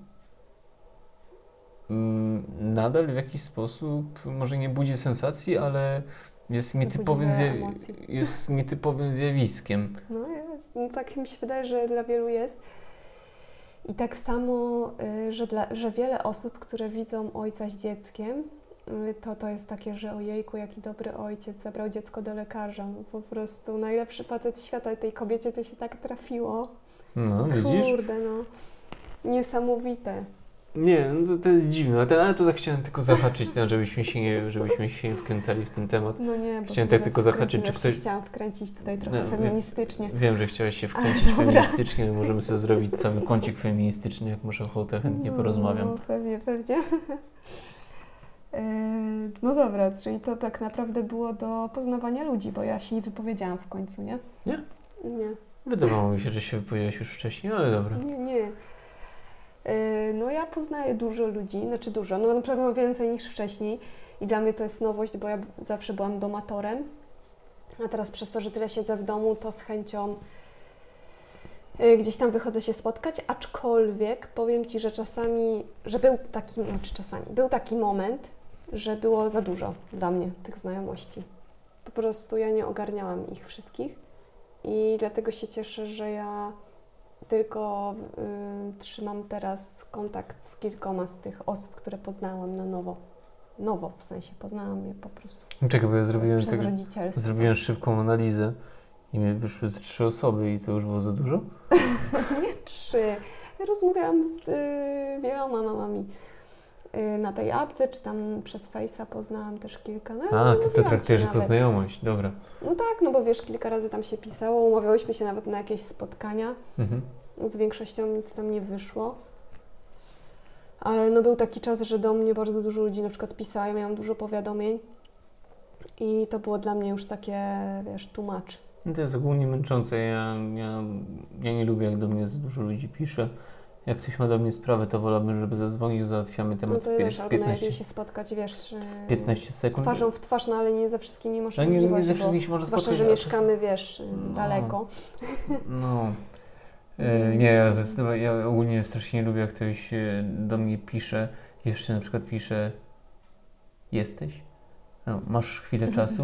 nadal w jakiś sposób może nie budzi sensacji, ale jest nietypowym zjawiskiem. No tak mi się wydaje, że dla wielu jest. I tak samo, że wiele osób, które widzą ojca z dzieckiem, to jest takie, że ojejku, jaki dobry ojciec, zabrał dziecko do lekarza. No po prostu najlepszy facet świata, tej kobiecie to się tak trafiło. No, widzisz? Kurde, no. Niesamowite. Nie, no to jest dziwne, ale to tak chciałem tylko zahaczyć, żebyśmy się nie wkręcali w ten temat. No nie, bo chciałem tak tylko zahaczyć, czy ktoś... Chciałam wkręcić tutaj trochę feministycznie. Wiem, że chciałaś się wkręcić feministycznie, możemy sobie zrobić cały kącik feministyczny, jak masz ochotę, chętnie porozmawiam. No, pewnie. No dobra, czyli to tak naprawdę było do poznawania ludzi, bo ja się nie wypowiedziałam w końcu, nie? Nie? Nie. Wydawało mi się, że się wypowiedziałeś już wcześniej, ale dobra. Nie. No ja poznaję dużo ludzi, znaczy dużo, no na pewno więcej niż wcześniej i dla mnie to jest nowość, bo ja zawsze byłam domatorem, a teraz przez to, że tyle siedzę w domu, to z chęcią gdzieś tam wychodzę się spotkać, aczkolwiek powiem Ci, że czasami, że był taki moment, że było za dużo dla mnie tych znajomości. Po prostu ja nie ogarniałam ich wszystkich i dlatego się cieszę, że ja tylko trzymam teraz kontakt z kilkoma z tych osób, które poznałam na nowo. Nowo, w sensie poznałam je po prostu. Czekaj, bo ja Przez rodzicielstwo. zrobiłem szybką analizę i mi wyszły z 3 osoby i to już było za dużo? Nie 3. Rozmawiałam z wieloma mamami na tej apce, czy tam przez Face'a poznałam też kilka. No, Ty to traktujesz jako znajomość, dobra. No tak, no bo wiesz, kilka razy tam się pisało, umawiałyśmy się nawet na jakieś spotkania. Z większością nic tam nie wyszło. Ale no był taki czas, że do mnie bardzo dużo ludzi na przykład pisało, ja miałam dużo powiadomień i to było dla mnie już takie, wiesz, too much. No to jest ogólnie męczące. Ja nie lubię, jak do mnie za dużo ludzi pisze. Jak ktoś ma do mnie sprawę, to wolałbym, żeby zadzwonił, załatwiamy temat no to wiesz, albo najlepiej się spotkać, wiesz, 15 sekund. Twarzą w twarz, no ale nie ze wszystkimi masz nie możliwość, ze wszystkimi się można zwłaszcza, spotkać. że mieszkamy, wiesz, daleko. No. Nie, ja ogólnie strasznie nie lubię, jak ktoś do mnie pisze, jeszcze na przykład pisze jesteś? No, masz chwilę czasu?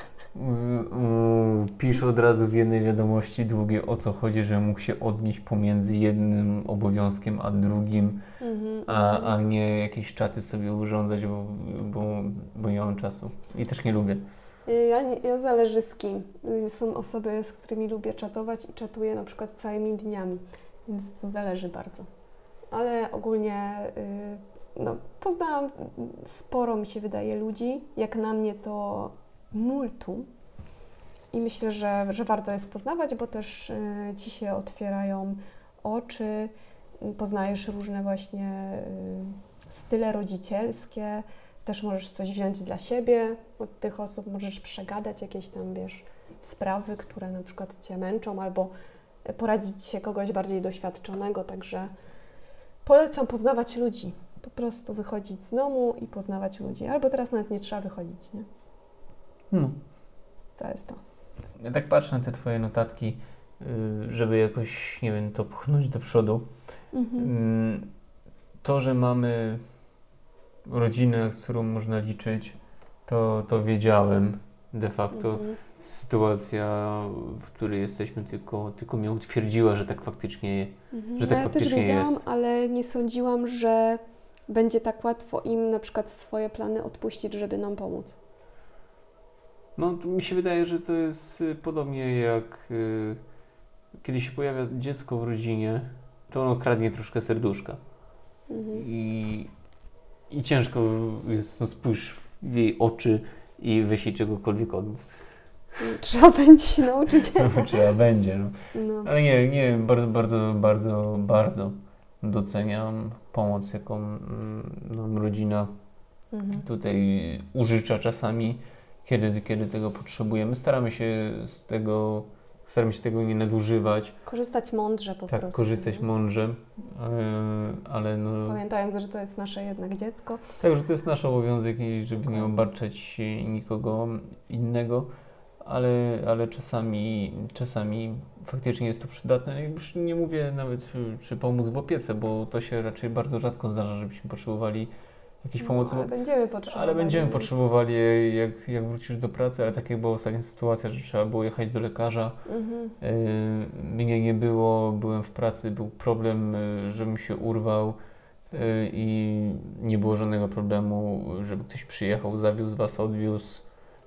Pisze od razu w jednej wiadomości długie, o co chodzi, że mógł się odnieść pomiędzy jednym obowiązkiem a drugim, a nie jakieś czaty sobie urządzać, bo nie mam czasu. I też nie lubię. Ja zależy z kim. Są osoby, z którymi lubię czatować i czatuję na przykład całymi dniami, więc to zależy bardzo. Ale ogólnie no, poznałam sporo, mi się wydaje, ludzi. Jak na mnie to multum. I myślę, że warto jest poznawać, bo też Ci się otwierają oczy, poznajesz różne właśnie style rodzicielskie, też możesz coś wziąć dla siebie od tych osób, możesz przegadać jakieś tam, wiesz, sprawy, które na przykład Cię męczą, albo poradzić się kogoś bardziej doświadczonego, także polecam poznawać ludzi, po prostu wychodzić z domu i poznawać ludzi, albo teraz nawet nie trzeba wychodzić, nie? No. To jest to. Ja tak patrzę na te Twoje notatki, żeby jakoś, nie wiem, to pchnąć do przodu. To, że mamy rodzinę, którą można liczyć, to wiedziałem de facto. Sytuacja, w której jesteśmy, tylko mnie utwierdziła, że tak faktycznie, że tak ja faktycznie też wiedziałam, jest. ale nie sądziłam, że będzie tak łatwo im na przykład swoje plany odpuścić, żeby nam pomóc. No, mi się wydaje, że to jest podobnie jak kiedy się pojawia dziecko w rodzinie, to ono kradnie troszkę serduszka. I ciężko jest, no spójrz w jej oczy i weź jej czegokolwiek odmów. Trzeba będzie się nauczyć. Trzeba będzie, no. No. Ale nie, bardzo doceniam pomoc, jaką nam rodzina tutaj użycza czasami, kiedy tego potrzebujemy. Staramy się tego nie nadużywać. Korzystać mądrze po prostu. Tak, korzystać mądrze, ale no... Pamiętając, że to jest nasze jednak dziecko. Tak, że to jest nasz obowiązek i żeby nie obarczać nikogo innego, ale czasami faktycznie jest to przydatne. Już nie mówię nawet, czy pomóc w opiece, bo to się raczej bardzo rzadko zdarza, żebyśmy potrzebowali jakiejś pomocy. Ale będziemy potrzebowali. Ale będziemy potrzebowali, jak wrócisz do pracy, ale tak jak była ostatnia sytuacja, że trzeba było jechać do lekarza. Mnie nie było, byłem w pracy, był problem, żebym się urwał i nie było żadnego problemu, żeby ktoś przyjechał, zawiózł was, odwiózł.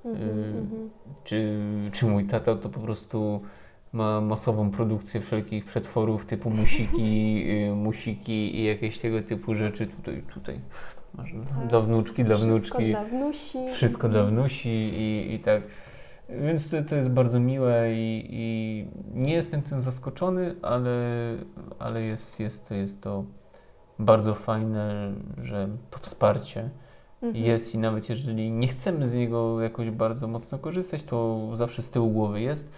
Czy mój tata to po prostu ma masową produkcję wszelkich przetworów typu musiki i jakieś tego typu rzeczy tutaj. Dla wnuczki. Wszystko dla wnusi i tak. Więc to jest bardzo miłe i nie jestem tym zaskoczony, ale jest to bardzo fajne, że to wsparcie jest i nawet jeżeli nie chcemy z niego jakoś bardzo mocno korzystać, to zawsze z tyłu głowy jest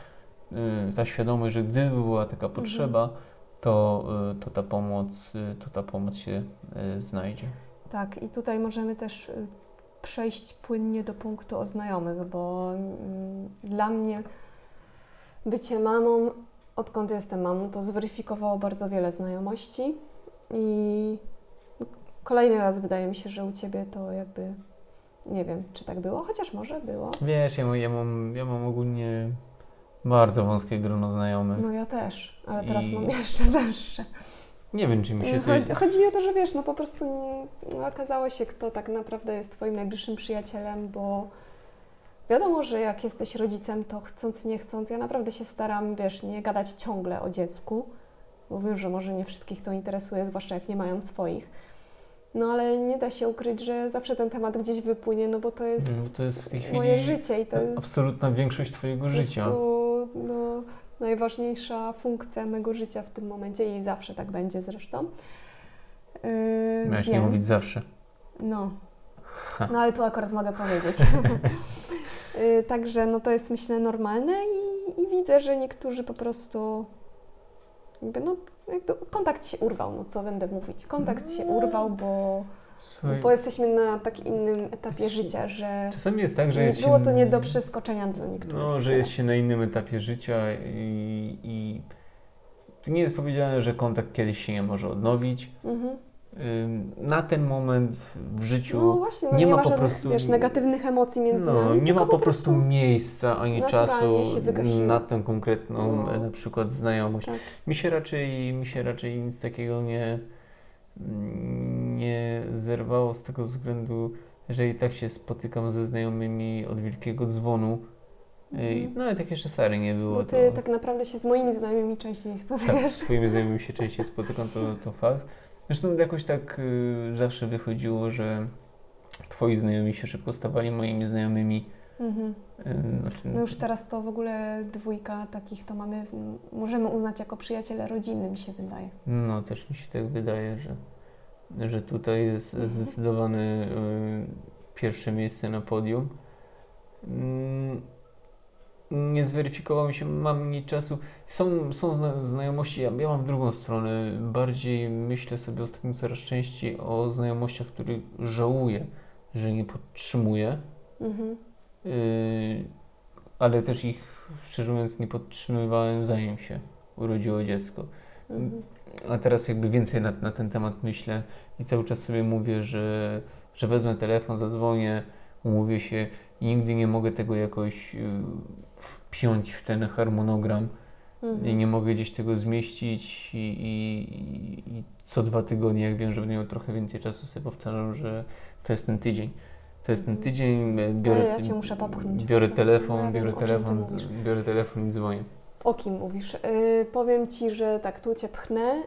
ta świadomość, że gdyby była taka potrzeba, to ta pomoc się znajdzie. Tak, i tutaj możemy też przejść płynnie do punktu o znajomych, bo dla mnie bycie mamą, odkąd jestem mamą, to zweryfikowało bardzo wiele znajomości i kolejny raz wydaje mi się, że u Ciebie to jakby, nie wiem, czy tak było, chociaż może było. Wiesz, ja mam ogólnie bardzo wąskie grono znajomych. No ja też, ale teraz mam jeszcze węższe. Nie wiem, czy mi się coś... Chodzi mi o to, że wiesz, no po prostu okazało się, kto tak naprawdę jest Twoim najbliższym przyjacielem, bo wiadomo, że jak jesteś rodzicem, to chcąc, nie chcąc, ja naprawdę się staram, wiesz, nie gadać ciągle o dziecku, bo wiem, że może nie wszystkich to interesuje, zwłaszcza jak nie mają swoich. No ale nie da się ukryć, że zawsze ten temat gdzieś wypłynie, no bo to jest w tej chwili moje życie i to jest absolutna większość Twojego życia. No, najważniejsza funkcja mego życia w tym momencie i zawsze tak będzie zresztą. Miałeś nie mówić zawsze. No ale tu akurat mogę powiedzieć. Także no to jest myślę normalne i widzę, że niektórzy po prostu jakby kontakt się urwał, no co będę mówić. Kontakt się urwał, bo jesteśmy na tak innym etapie życia, że czasami jest tak, że jest było to nie do przeskoczenia dla niektórych. No, że jest się na innym etapie życia i to nie jest powiedziane, że kontakt kiedyś się nie może odnowić. Na ten moment w życiu właśnie, nie ma po żadnych, prostu, wiesz, negatywnych emocji między nami. Nie ma po prostu miejsca ani czasu na tę konkretną na przykład znajomość. Tak. Mi się raczej nic takiego nie zerwało z tego względu, że i tak się spotykam ze znajomymi od wielkiego dzwonu. Nawet jak jeszcze Sary nie było. Bo ty tak naprawdę się z moimi znajomymi częściej spotykasz. Tak, z swoimi znajomymi się częściej spotykam, to fakt. Zresztą jakoś tak zawsze wychodziło, że Twoi znajomi się szybko stawali moimi znajomymi. No już teraz to w ogóle dwójka takich to możemy uznać jako przyjaciele rodziny, mi się wydaje. No też mi się tak wydaje, że tutaj jest zdecydowane pierwsze miejsce na podium. Nie zweryfikowało mi się, mam mniej czasu. Są znajomości, ja mam w drugą stronę. Bardziej myślę sobie ostatnio coraz częściej o znajomościach, których żałuję, że nie podtrzymuję. Ale też ich, szczerze mówiąc, nie podtrzymywałem, zanim się urodziło dziecko. A teraz jakby więcej na ten temat myślę i cały czas sobie mówię, że wezmę telefon, zadzwonię, umówię się i nigdy nie mogę tego jakoś wpiąć w ten harmonogram i nie mogę gdzieś tego zmieścić i co 2 tygodnie, jak wiem, że będę miał trochę więcej czasu, sobie powtarzam, że to jest ten tydzień. To jest ten tydzień, ja Cię muszę popchnąć. biorę telefon i dzwonię. O kim mówisz? Powiem Ci, że tak, tu Cię pchnę,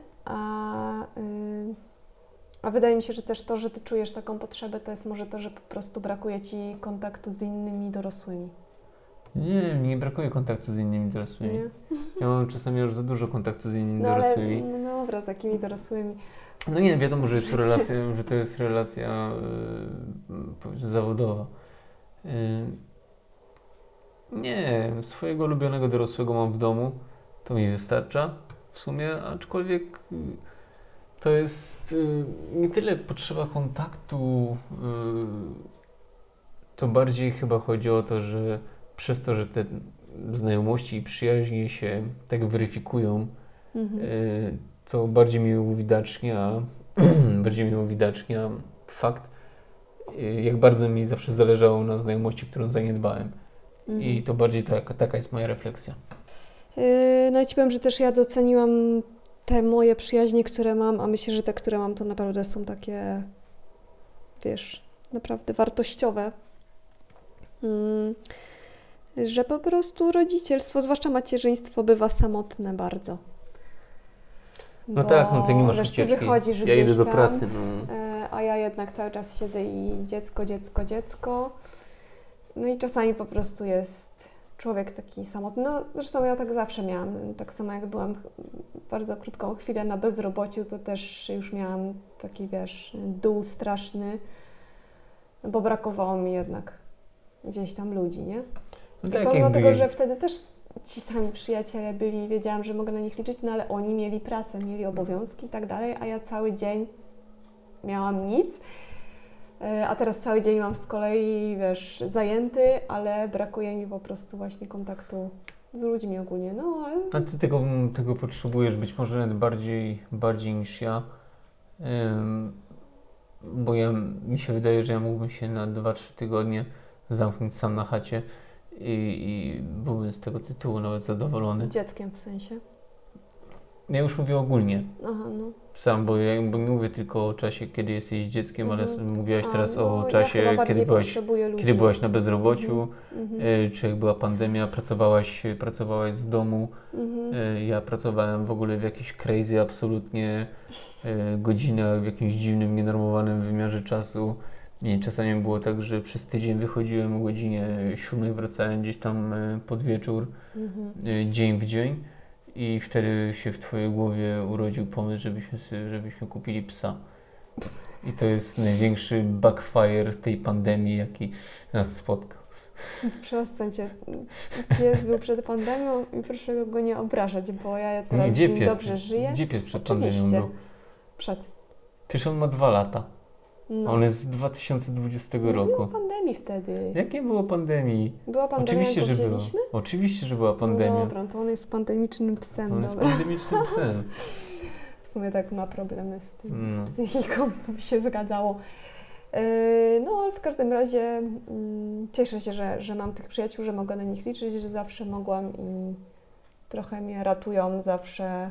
a wydaje mi się, że też to, że Ty czujesz taką potrzebę, to jest może to, że po prostu brakuje Ci kontaktu z innymi dorosłymi. Nie brakuje kontaktu z innymi dorosłymi. Nie? Ja mam czasami już za dużo kontaktu z innymi dorosłymi. Ale, no dobra, z jakimi dorosłymi? No nie, wiadomo, że to jest relacja zawodowa. Nie, swojego ulubionego dorosłego mam w domu, to mi wystarcza w sumie, aczkolwiek to jest nie tyle potrzeba kontaktu, to bardziej chyba chodzi o to, że przez to, że te znajomości i przyjaźnie się tak weryfikują, to bardziej mi uwidacznia fakt, jak bardzo mi zawsze zależało na znajomości, którą zaniedbałem. I to bardziej taka jest moja refleksja. No i Ci powiem, że też ja doceniłam te moje przyjaźnie, które mam, a myślę, że te, które mam, to naprawdę są takie, wiesz, naprawdę wartościowe. Że po prostu rodzicielstwo, zwłaszcza macierzyństwo, bywa samotne bardzo. No tak, no Ty nie masz ucieczki. Ty wychodzisz ja gdzieś idę do tam, pracy. a ja jednak cały czas siedzę i dziecko. No i czasami po prostu jest człowiek taki samotny. No zresztą ja tak zawsze miałam. Tak samo jak byłam bardzo krótką chwilę na bezrobociu, to też już miałam taki, wiesz, dół straszny, bo brakowało mi jednak gdzieś tam ludzi, nie? No I tak, pomimo tego, że wtedy też ci sami przyjaciele byli, wiedziałam, że mogę na nich liczyć, no ale oni mieli pracę, mieli obowiązki i tak dalej, a ja cały dzień miałam nic. A teraz cały dzień mam z kolei, wiesz, zajęty, ale brakuje mi po prostu właśnie kontaktu z ludźmi ogólnie, no ale... A ty tego potrzebujesz być może nawet bardziej niż ja, bo mi się wydaje, że ja mógłbym się na 2-3 tygodnie zamknąć sam na chacie i byłbym z tego tytułu nawet zadowolony. Z dzieckiem w sensie? Ja już mówię ogólnie. Aha, no. Sam, bo nie mówię tylko o czasie, kiedy jesteś dzieckiem, ale mówiłaś teraz no, o czasie, ja kiedy byłaś na bezrobociu, Mhm. czy jak była pandemia, pracowałaś z domu. Ja pracowałem w ogóle w jakiejś crazy absolutnie godzinach, w jakimś dziwnym, nienormowanym wymiarze czasu. I czasami było tak, że przez tydzień wychodziłem o godzinie 7, wracałem gdzieś tam pod wieczór, dzień w dzień. I wtedy się w Twojej głowie urodził pomysł, żebyśmy kupili psa. I to jest największy backfire z tej pandemii, jaki nas spotkał. Przestańcie. Pies był przed pandemią i proszę go nie obrażać, bo ja teraz z nim dobrze żyję. Gdzie pies przed Oczywiście. pandemią był? Przed. Przecież on ma 2 lata. No. On jest z 2020 Nie roku. było pandemii wtedy. Jakie było pandemii? Była pandemia, Oczywiście, jak że była. wzięliśmy? Oczywiście, że była pandemia. No dobra, to on jest pandemicznym psem. On jest Dobra. pandemicznym psem. W sumie tak ma problemy z tym, No. z psychiką, to by się zgadzało. No ale w każdym razie cieszę się, że mam tych przyjaciół, że mogę na nich liczyć, że zawsze mogłam i trochę mnie ratują zawsze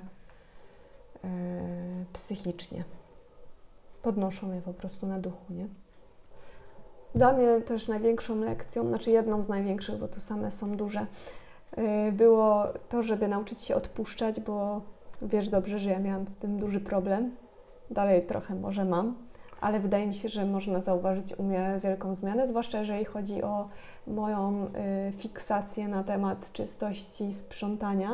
psychicznie. Podnoszą mnie po prostu na duchu, nie? Dla mnie też największą lekcją, znaczy jedną z największych, bo to same są duże, było to, żeby nauczyć się odpuszczać, bo wiesz dobrze, że ja miałam z tym duży problem. Dalej trochę może mam, ale wydaje mi się, że można zauważyć u mnie wielką zmianę, zwłaszcza jeżeli chodzi o moją fiksację na temat czystości, sprzątania.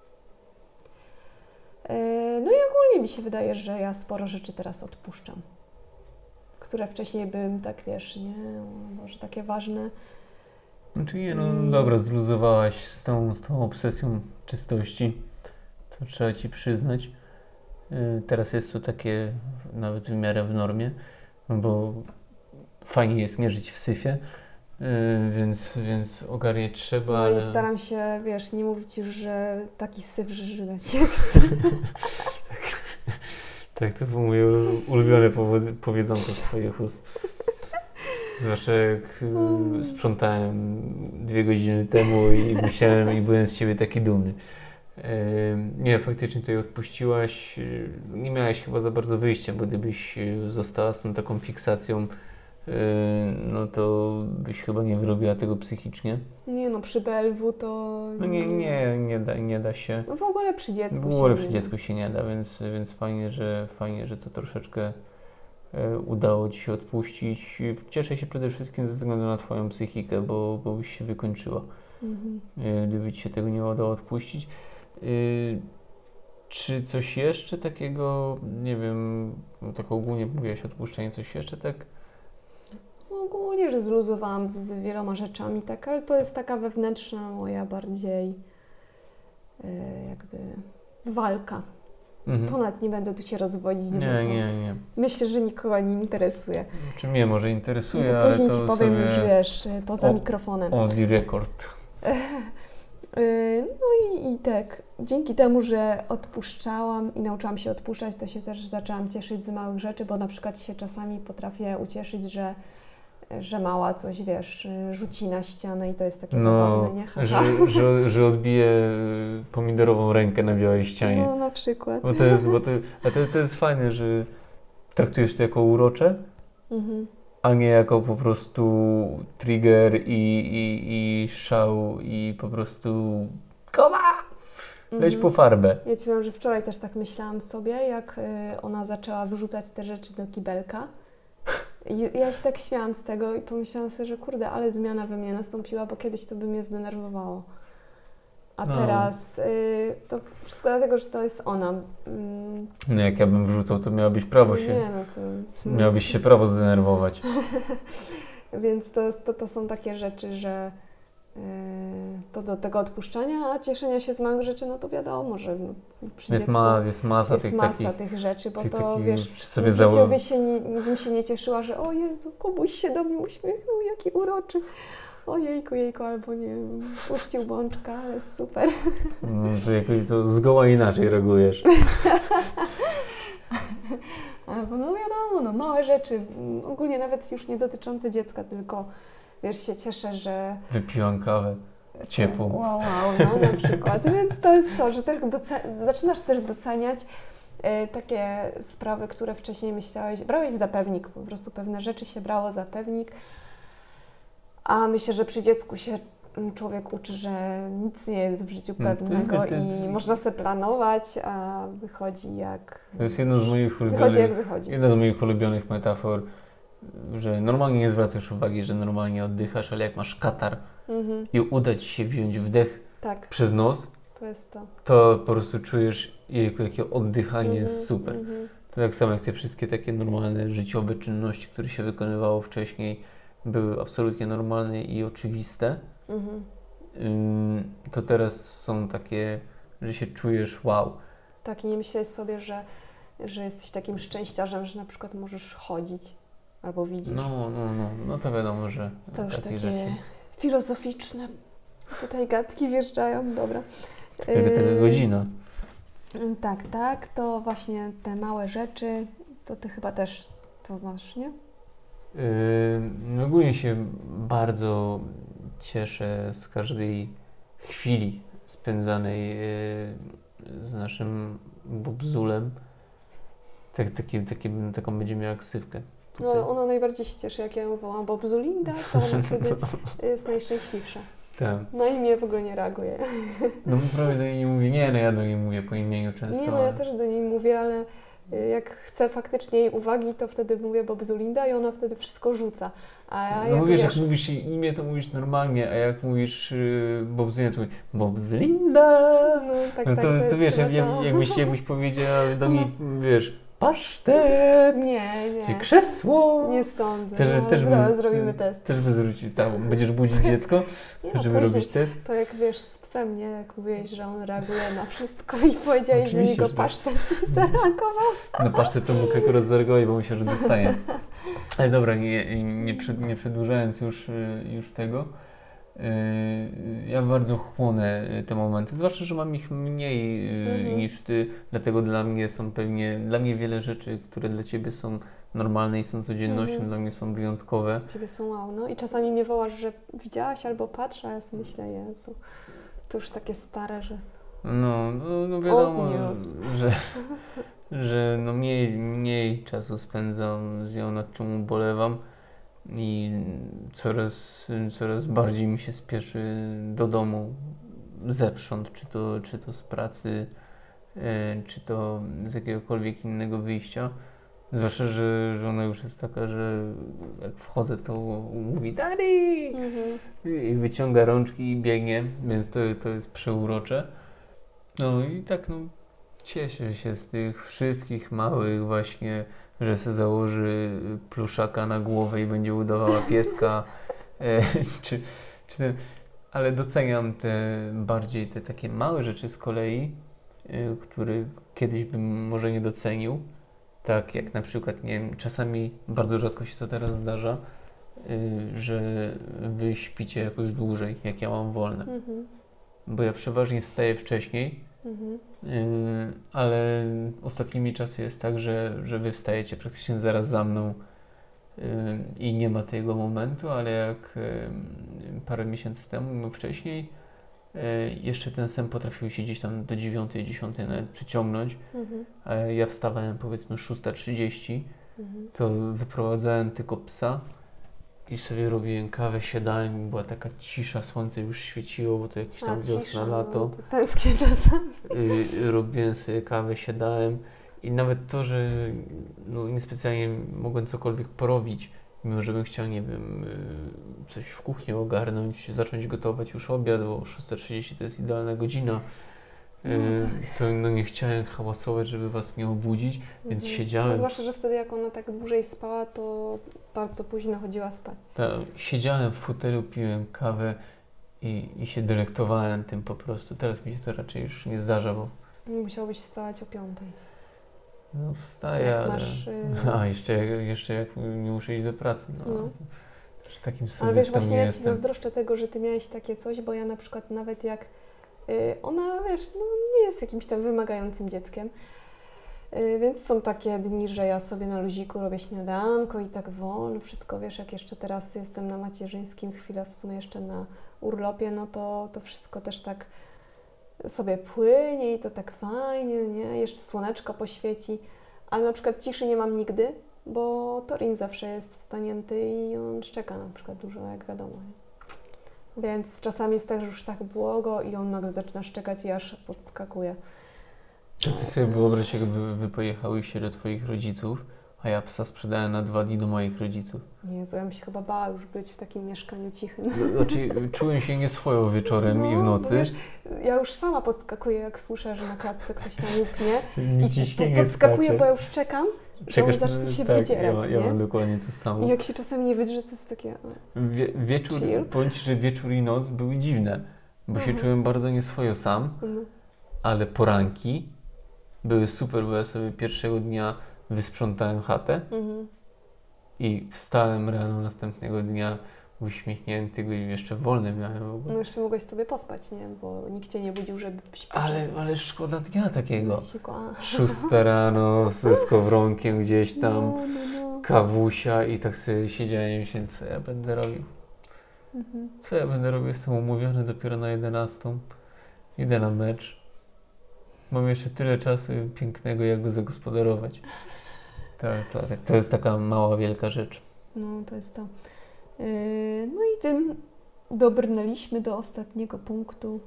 No i ogólnie mi się wydaje, że ja sporo rzeczy teraz odpuszczam, które wcześniej bym tak, wiesz, nie, może takie ważne. Znaczy nie, no dobra, zluzowałaś z tą obsesją czystości, to trzeba Ci przyznać. Teraz jest to takie nawet w miarę w normie, no bo fajnie jest nie żyć w syfie, więc ogarniać trzeba, No ale... i staram się, wiesz, nie mówić już, że taki syf, że żygać nie chcę. Tak, to było moje ulubione powiedzonko z Twoich ust. Zwłaszcza jak sprzątałem 2 godziny temu i myślałem i byłem z siebie taki dumny. Nie, faktycznie tutaj odpuściłaś, nie miałaś chyba za bardzo wyjścia, bo gdybyś została z tą taką fiksacją, no to byś chyba nie wyrobiła tego psychicznie. Nie no, przy BLW to... No nie da się. No w ogóle przy dziecku W ogóle przy dziecku się nie da, więc fajnie, że to troszeczkę udało Ci się odpuścić. Cieszę się przede wszystkim ze względu na Twoją psychikę, bo byś się wykończyła, gdyby Ci się tego nie udało odpuścić. Czy coś jeszcze takiego, nie wiem, tak ogólnie mówiłaś o odpuszczeniu, coś jeszcze tak? Ogólnie, że zluzowałam z wieloma rzeczami, tak, ale to jest taka wewnętrzna moja bardziej jakby walka. Ponad nie będę tu się rozwodzić, bo to Nie. myślę, że nikogo nie interesuje. Czy mnie może interesuje, No to ale później to Ci powiem sobie już, wiesz, poza mikrofonem. On the record. No i tak, dzięki temu, że odpuszczałam i nauczyłam się odpuszczać, to się też zaczęłam cieszyć z małych rzeczy, bo na przykład się czasami potrafię ucieszyć, że mała coś, wiesz, rzuci na ścianę i to jest takie zabawne, nie? Że odbije pomidorową rękę na białej ścianie. No na przykład. To jest fajne, że traktujesz to jako urocze, a nie jako po prostu trigger i szał i po prostu koma! Leć po farbę. Ja Ci powiem, że wczoraj też tak myślałam sobie, jak ona zaczęła wrzucać te rzeczy do kibelka. I ja się tak śmiałam z tego i pomyślałam sobie, że kurde, ale zmiana we mnie nastąpiła, bo kiedyś to by mnie zdenerwowało. A teraz to wszystko dlatego, że to jest ona. No jak ja bym wrzucał, to miałabyś prawo się... Nie, no to miałabyś się prawo zdenerwować. Więc to są takie rzeczy, że to do tego odpuszczania, a cieszenia się z małych rzeczy, no to wiadomo, że przy Jest, dziecku jest masa jest tych masa takich, tych rzeczy, bo tych to takich wiesz, sobie w życiu bym się nie cieszyła, że o Jezu, Kubuś się do mnie uśmiechnął, jaki uroczy. Ojejku, jejku, albo nie wiem, puścił bączka, ale super. No, to jakoś to zgoła inaczej reagujesz. Albo no wiadomo, no małe rzeczy, ogólnie nawet już nie dotyczące dziecka, tylko wiesz, się cieszę, że... Wypiłam kawę ciepłą. Wow, no na przykład. Więc to jest to, że tak zaczynasz też doceniać takie sprawy, które wcześniej myślałeś, brałeś za pewnik, po prostu pewne rzeczy się brało za pewnik, a myślę, że przy dziecku się człowiek uczy, że nic nie jest w życiu pewnego i można sobie planować, a wychodzi jak... To jest jedna z moich jedna z moich ulubionych metafor, że normalnie nie zwracasz uwagi, że normalnie oddychasz, ale jak masz katar i uda Ci się wziąć wdech przez nos, to jest to. To po prostu czujesz, jakie oddychanie jest super. To tak samo jak te wszystkie takie normalne życiowe czynności, które się wykonywało wcześniej, były absolutnie normalne i oczywiste. To teraz są takie, że się czujesz wow. Tak, i nie myśleć sobie, że jesteś takim szczęściarzem, że na przykład możesz chodzić albo widzisz. No to wiadomo, że to już takie rzeczy. Filozoficzne tutaj gadki wjeżdżają, dobra. Taka godzina. Tak, to właśnie te małe rzeczy, to Ty chyba też to masz, nie? Ogólnie się bardzo cieszę z każdej chwili spędzanej z naszym bobzulem. Taką będzie miała ksywkę. No, ona najbardziej się cieszy, jak ja ją wołam Bobzulinda, to ona wtedy jest najszczęśliwsza. Tak. Na imię w ogóle nie reaguje. No prawie do niej nie mówię. Nie, no ja do niej mówię po imieniu często. Nie, no ja też do niej mówię, ale jak chcę faktycznie jej uwagi, to wtedy mówię Bobzulinda i ona wtedy wszystko rzuca. A no wiesz, jak mówisz jej imię, to mówisz normalnie, a jak mówisz Bobzulinda, to mówisz Bobzulinda. No tak, to wiesz, jakbyś powiedział do mnie, wiesz, pasztet, nie. Czy krzesło. Nie sądzę. Zrobimy test. Też by zwrócić, będziesz budzić dziecko, żeby robić test. To jak wiesz, z psem, nie? Jak mówiłeś, że on reaguje na wszystko i powiedziałeś do niego pasztet i zareagował. No pasztet to mógł akurat zareagować, bo myślę, że dostaje. Ale dobra, nie przedłużając już tego. Ja bardzo chłonę te momenty, zwłaszcza, że mam ich mniej niż Ty, dlatego dla mnie wiele rzeczy, które dla Ciebie są normalne i są codziennością, dla mnie są wyjątkowe. Ciebie są wow, no i czasami mnie wołasz, że widziałaś albo patrzę, a ja sobie myślę, Jezu, to już takie stare, że... No wiadomo, że mniej czasu spędzam z nią, nad czym ubolewam. I coraz bardziej mi się spieszy do domu zewsząd, czy to z pracy, czy to z jakiegokolwiek innego wyjścia. Zwłaszcza, że ona już jest taka, że jak wchodzę, to mówi Daddy! I wyciąga rączki i biegnie, więc to jest przeurocze. No i tak, cieszę się z tych wszystkich małych właśnie, że se założy pluszaka na głowę i będzie udawała pieska, ale doceniam bardziej te takie małe rzeczy z kolei, których kiedyś bym może nie docenił, tak jak na przykład, nie wiem, czasami bardzo rzadko się to teraz zdarza, że wy śpicie jakoś dłużej, jak ja mam wolne, bo ja przeważnie wstaję wcześniej, ale ostatnimi czasy jest tak, że wy wstajecie praktycznie zaraz za mną i nie ma tego momentu, ale jak parę miesięcy temu, wcześniej, jeszcze ten sen potrafił się gdzieś tam do 9, 10 nawet przyciągnąć, a ja wstawałem powiedzmy 6:30, to wyprowadzałem tylko psa i sobie robiłem kawę, siadałem i była taka cisza, słońce już świeciło, bo to jakieś tam wiosna, lato. Tęsknię czasem. Robiłem sobie kawę, siadałem i nawet to, że niespecjalnie mogłem cokolwiek porobić, mimo że bym chciał, nie wiem, coś w kuchni ogarnąć, zacząć gotować już obiad, bo 6:30 to jest idealna godzina. To nie chciałem hałasować, żeby was nie obudzić, więc siedziałem. Zwłaszcza, że wtedy jak ona tak dłużej spała, to bardzo późno chodziła spać. Siedziałem w fotelu, piłem kawę i się delektowałem tym po prostu. Teraz mi się to raczej już nie zdarza, bo Musiałbyś wstawać o 5:00. no wstaję, Jak ale... masz... A, jeszcze jak nie muszę iść do pracy, no. No. Też takim Ale sadystą wiesz, właśnie nie ja Ci jestem. zazdroszczę tego, że Ty miałeś takie coś, bo ja na przykład nawet jak ona, wiesz, no nie jest jakimś tam wymagającym dzieckiem, więc są takie dni, że ja sobie na luziku robię śniadanko i tak wolno, wszystko, wiesz, jak jeszcze teraz jestem na macierzyńskim, chwilę w sumie jeszcze na urlopie, no to wszystko też tak sobie płynie i to tak fajnie, nie? Jeszcze słoneczko poświeci, ale na przykład ciszy nie mam nigdy, bo Torin zawsze jest wstanięty i on szczeka na przykład dużo, jak wiadomo. Nie? Więc czasami jest tak, że już tak błogo i on nagle zaczyna szczekać i aż podskakuje. To ty sobie wyobraź, jakby wy pojechałyście do twoich rodziców, a ja psa sprzedałem na 2 dni do moich rodziców. Jezu, ja bym się chyba bała już być w takim mieszkaniu cichym. Znaczy, czułem się nieswojo wieczorem i w bo nocy. Wiesz, ja już sama podskakuję, jak słyszę, że na klatce ktoś tam łupnie. Mi ciśnienie Podskakuję, skacze. bo ja już czekam, że on zacznie się wydzierać, ja nie? mam dokładnie to samo. I jak się czasami nie wydrze, to jest takie... Wieczór, chill. powiem Ci, że wieczór i noc były dziwne, bo się czułem bardzo nieswojo sam, ale poranki były super, bo ja sobie pierwszego dnia wysprzątałem chatę i wstałem rano następnego dnia uśmiechnięty i jeszcze wolny miałem w ogóle. No jeszcze mogłeś sobie pospać, nie? Bo nikt Cię nie budził, żebyś poszedł. Ale szkoda dnia takiego. A. 6 rano ze skowronkiem gdzieś tam, No. kawusia i tak sobie siedziałem i myślałem, co ja będę robił. Co ja będę robił? Jestem umówiony dopiero na 11. Idę na mecz. Mam jeszcze tyle czasu pięknego, jak go zagospodarować. To jest taka mała, wielka rzecz. No, to jest to. No i tym dobrnęliśmy do ostatniego punktu,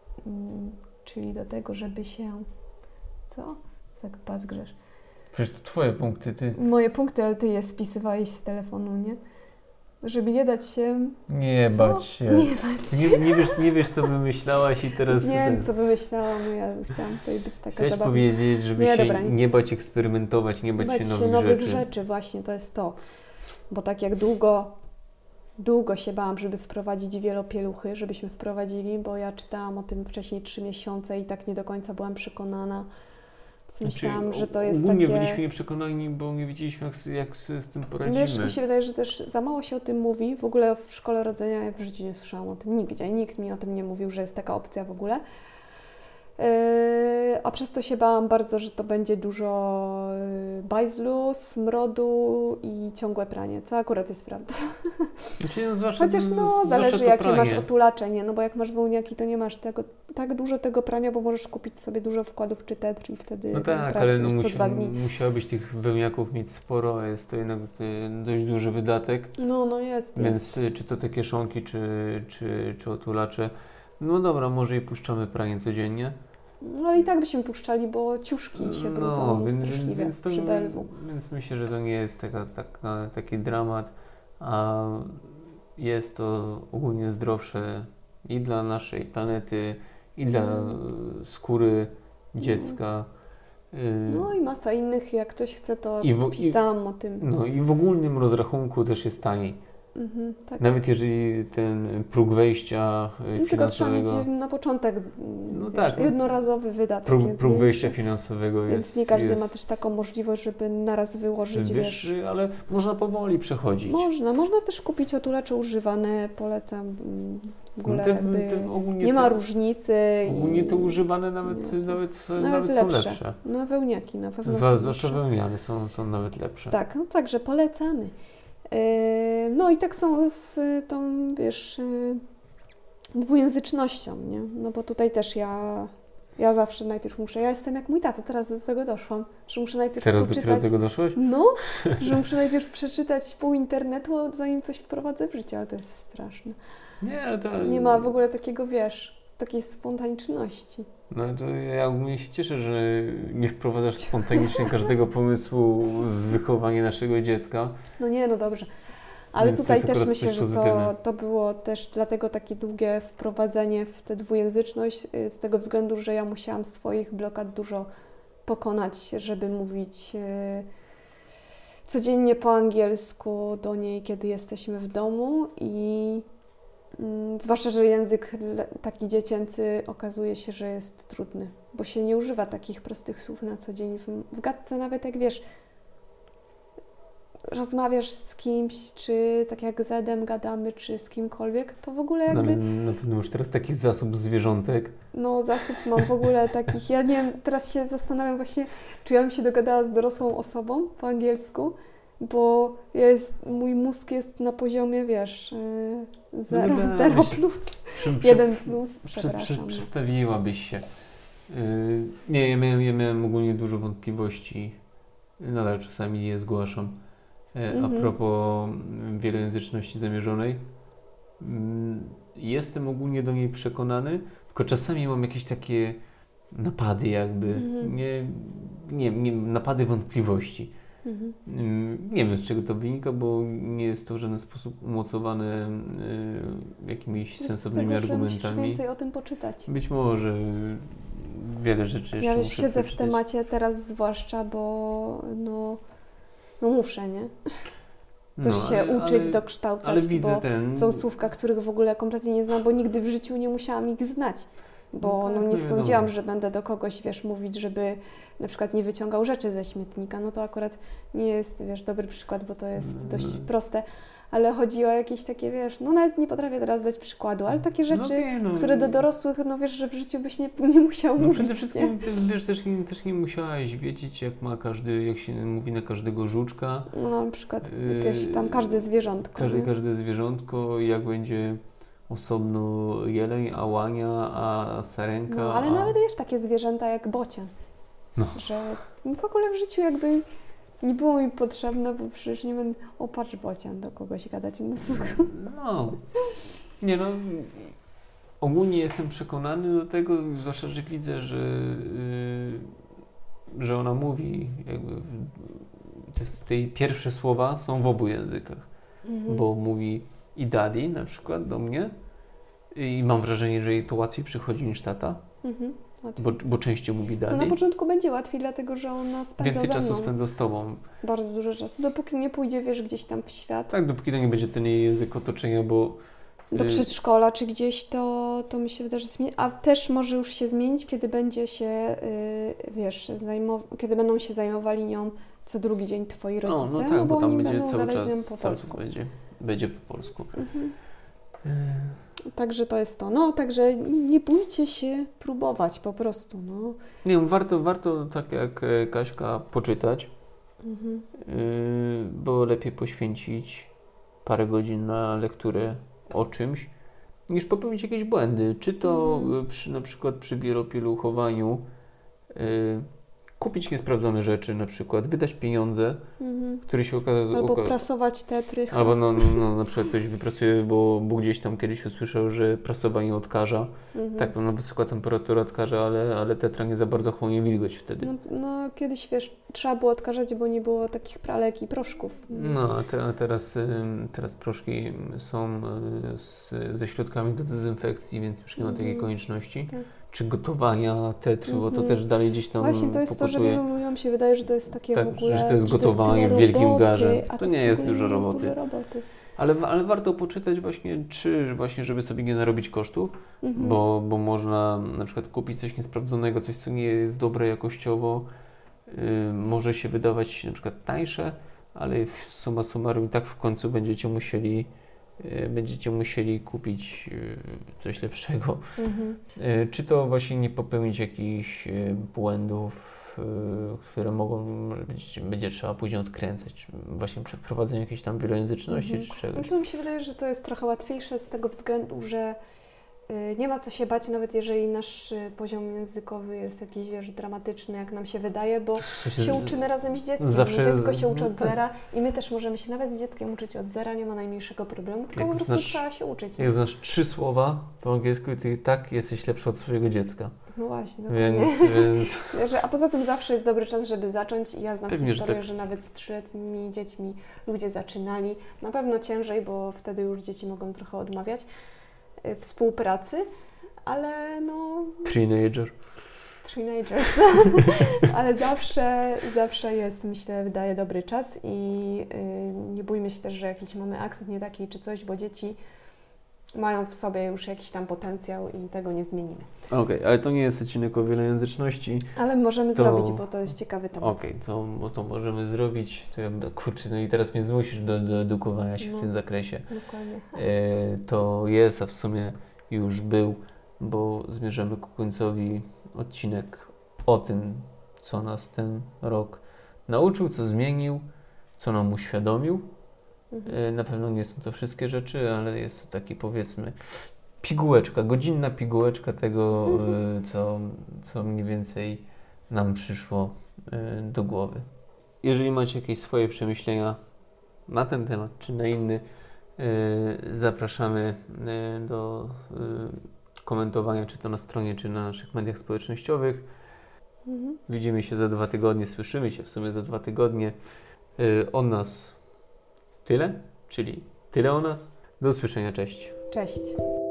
czyli do tego, żeby się... Co? Tak bazgrzesz. Przecież to twoje punkty, ty. Moje punkty, ale Ty je spisywałeś z telefonu, nie? Żeby nie dać się... Nie Co? bać się. Nie bać się. Nie wiesz, co wymyślałaś i teraz... Nie wiem, co wymyślałam, ja chciałam tutaj być taka Chciałeś zabawna. powiedzieć, żeby Nie, się dobra, nie bać eksperymentować, nie bać się nowych rzeczy. Właśnie, to jest to. Bo tak jak długo się bałam, żeby wprowadzić wielopieluchy, żebyśmy wprowadzili, bo ja czytałam o tym wcześniej 3 miesiące i tak nie do końca byłam przekonana. Myślałam, że to jest ogólnie takie... byliśmy nieprzekonani, bo nie wiedzieliśmy, jak sobie z tym poradzimy. Wiesz, mi się wydaje, że też za mało się o tym mówi. W ogóle w szkole rodzenia ja w życiu nie słyszałam o tym nigdzie. Nikt mi o tym nie mówił, że jest taka opcja w ogóle. A przez to się bałam bardzo, że to będzie dużo bajzlu, smrodu i ciągłe pranie, co akurat jest prawda. Znaczy, no, Chociaż zwłaszcza zależy to jakie pranie. masz otulacze, nie? No bo jak masz wełniaki, to nie masz tak dużo tego prania, bo możesz kupić sobie dużo wkładów czy tetr i wtedy No tak, prać ale no co 2 dni. musiałabyś tych wełniaków mieć sporo, a jest to jednak dość duży wydatek. No jest. Więc czy to te kieszonki, czy otulacze, no dobra, może i puszczamy pranie codziennie. No ale i tak byśmy puszczali, bo ciuszki się brudzą straszliwie przy belwu. Więc myślę, że to nie jest taki dramat, a jest to ogólnie zdrowsze i dla naszej planety, i dla skóry dziecka. No i masa innych, jak ktoś chce, to pisałam o tym. No i w ogólnym rozrachunku też jest taniej. Tak. Nawet jeżeli ten próg wejścia Tylko trzeba finansowego... mieć na początek tak, jednorazowy wydatek. Próg wejścia finansowego jest... Więc nie każdy ma też taką możliwość, żeby naraz wyłożyć, wyższy, ale można powoli przechodzić. Można też kupić otulacze używane, polecam. W ogóle ogólnie nie ma różnicy. Ogólnie te używane nawet są lepsze. No wełniaki na pewno są zwłaszcza wełniane są nawet lepsze. Tak, no także polecamy. No i tak są z tą, wiesz, dwujęzycznością, nie? No bo tutaj też ja zawsze najpierw muszę, ja jestem jak mój tato, teraz do tego doszłam, że muszę najpierw Teraz poczytać. dopiero do tego doszłeś? No, że muszę najpierw przeczytać pół internetu, zanim coś wprowadzę w życie, ale to jest straszne. Nie, ale to... Nie ma w ogóle takiego, wiesz, takiej spontaniczności. No to ja ogólnie się cieszę, że nie wprowadzasz spontanicznie każdego pomysłu w wychowanie naszego dziecka. No nie, no dobrze. Ale Więc tutaj też myślę, że pozytywne. to było też dlatego takie długie wprowadzenie w tę dwujęzyczność, z tego względu, że ja musiałam swoich blokad dużo pokonać, żeby mówić codziennie po angielsku do niej, kiedy jesteśmy w domu i Zwłaszcza, że język taki dziecięcy okazuje się, że jest trudny, bo się nie używa takich prostych słów na co dzień. W gadce nawet jak wiesz, rozmawiasz z kimś, czy tak jak z Edem gadamy, czy z kimkolwiek, to w ogóle jakby... No, ale na pewno masz teraz taki zasób zwierzątek. No, zasób mam w ogóle takich... Ja nie wiem, teraz się zastanawiam właśnie, czy ja bym się dogadała z dorosłą osobą po angielsku, bo mój mózg jest na poziomie, wiesz, 0 plus, 1 plus, przepraszam. Przestawiłabyś się. Nie, ja miałem ogólnie dużo wątpliwości. Nadal czasami je zgłaszam. A propos wielojęzyczności zamierzonej. Jestem ogólnie do niej przekonany, tylko czasami mam jakieś takie napady jakby, nie, napady wątpliwości. Nie wiem, z czego to wynika, bo nie jest to w żaden sposób umocowane jakimiś sensownymi argumentami. Musisz więcej o tym poczytać. Być może wiele rzeczy jeszcze muszę siedzę przeczytać. w temacie teraz zwłaszcza, bo no muszę, nie? Też się uczyć, dokształcać, ale widzę bo są słówka, których w ogóle kompletnie nie znam, bo nigdy w życiu nie musiałam ich znać. Bo nie sądziłam, że będę do kogoś, wiesz, mówić, żeby na przykład nie wyciągał rzeczy ze śmietnika. No to akurat nie jest, wiesz, dobry przykład, bo to jest dość proste. Ale chodzi o jakieś takie, wiesz, no nawet nie potrafię teraz dać przykładu, ale takie rzeczy, które do dorosłych, no wiesz, że w życiu byś nie musiał mówić. Przede wszystkim, wiesz, też nie musiałaś wiedzieć, jak się mówi na każdego żuczka. No na przykład jakieś tam każde zwierzątko. Każde zwierzątko, jak będzie osobno jeleń, a łania, a sarenka. No ale nawet wiesz, takie zwierzęta jak bocian. No. Że w ogóle w życiu jakby nie było mi potrzebne, bo przecież nie będę patrz bocian do kogoś gadać. Ogólnie jestem przekonany do tego, zwłaszcza, że widzę, że ona mówi jakby te pierwsze słowa są w obu językach, bo mówi i daddy na przykład do mnie i mam wrażenie, że jej to łatwiej przychodzi niż tata. Bo częściej mówi daddy. No na początku będzie łatwiej, dlatego że ona spędza więcej czasu spędza z tobą. Bardzo dużo czasu, dopóki nie pójdzie, wiesz, gdzieś tam w świat. Tak, dopóki to nie będzie ten jej język otoczenia, bo... Do przedszkola czy gdzieś, to mi się wydaje, że zmieni. A też może już się zmienić, kiedy będzie się, wiesz, kiedy będą się zajmowali nią co drugi dzień twoi rodzice, no tak, bo tam oni będzie będą cały gadać czas, z nią po polsku. Będzie po polsku. Także to jest to. No, także nie bójcie się próbować po prostu, no. Nie wiem, warto tak jak Kaśka poczytać, bo lepiej poświęcić parę godzin na lekturę o czymś, niż popełnić jakieś błędy. Czy to na przykład przy wielopiluchowaniu kupić niesprawdzone rzeczy, na przykład wydać pieniądze, które się okazały... Albo prasować tetry. Albo na przykład ktoś wyprasuje, bo gdzieś tam kiedyś usłyszał, że prasowanie odkaża. Tak, wysoka temperatura odkaża, ale tetra nie za bardzo chłonie wilgoć wtedy. No kiedyś, wiesz, trzeba było odkażać, bo nie było takich pralek i proszków. No, a teraz proszki są ze środkami do dezynfekcji, więc już nie ma takiej konieczności. Tak. Czy gotowania tetry, bo to też dalej gdzieś tam Właśnie to jest pokutuje. To, że wielu ludziom się wydaje, że to jest takie w ogóle... że to jest gotowanie w wielkim garze. A to nie jest dużo roboty. Ale warto poczytać właśnie, żeby sobie nie narobić kosztów, bo można na przykład kupić coś niesprawdzonego, coś, co nie jest dobre jakościowo, może się wydawać na przykład tańsze, ale summa summarum i tak w końcu będziecie musieli kupić coś lepszego. Czy to właśnie nie popełnić jakichś błędów, które będzie trzeba później odkręcać, właśnie przy wprowadzeniu jakiejś tam wielojęzyczności czy czegoś. Mi się wydaje, że to jest trochę łatwiejsze z tego względu, że nie ma co się bać, nawet jeżeli nasz poziom językowy jest jakiś, wiesz, dramatyczny, jak nam się wydaje, bo się uczymy razem z dzieckiem. Dziecko się uczy od zera i my też możemy się nawet z dzieckiem uczyć od zera, nie ma najmniejszego problemu, tylko po prostu trzeba się uczyć. Jak znasz 3 słowa po angielsku, ty i tak jesteś lepszy od swojego dziecka. No właśnie, więc... A poza tym zawsze jest dobry czas, żeby zacząć i ja znam historię, że nawet z 3-letnimi dziećmi ludzie zaczynali. Na pewno ciężej, bo wtedy już dzieci mogą trochę odmawiać współpracy, ale no... Teenagers, ale zawsze jest, myślę, wydaje dobry czas i nie bójmy się też, że jakiś mamy akcent nie taki czy coś, bo dzieci mają w sobie już jakiś tam potencjał i tego nie zmienimy. Okej, ale to nie jest odcinek o wielojęzyczności. Ale możemy To- zrobić, bo to jest ciekawy temat. Okej, to możemy zrobić. To ja, kurczę, no i teraz mnie zmusisz do edukowania się w No. tym zakresie. Dokładnie. To jest, a w sumie już był, bo zmierzamy ku końcowi odcinek o tym, co nas ten rok nauczył, co zmienił, co nam uświadomił. Na pewno nie są to wszystkie rzeczy, ale jest to taki, powiedzmy, pigułeczka, godzinna pigułeczka tego, co mniej więcej nam przyszło do głowy. Jeżeli macie jakieś swoje przemyślenia na ten temat czy na inny, zapraszamy do komentowania, czy to na stronie, czy na naszych mediach społecznościowych. Widzimy się za 2 tygodnie, słyszymy się w sumie za 2 tygodnie. Od nas tyle, czyli tyle o nas. Do usłyszenia, cześć. Cześć.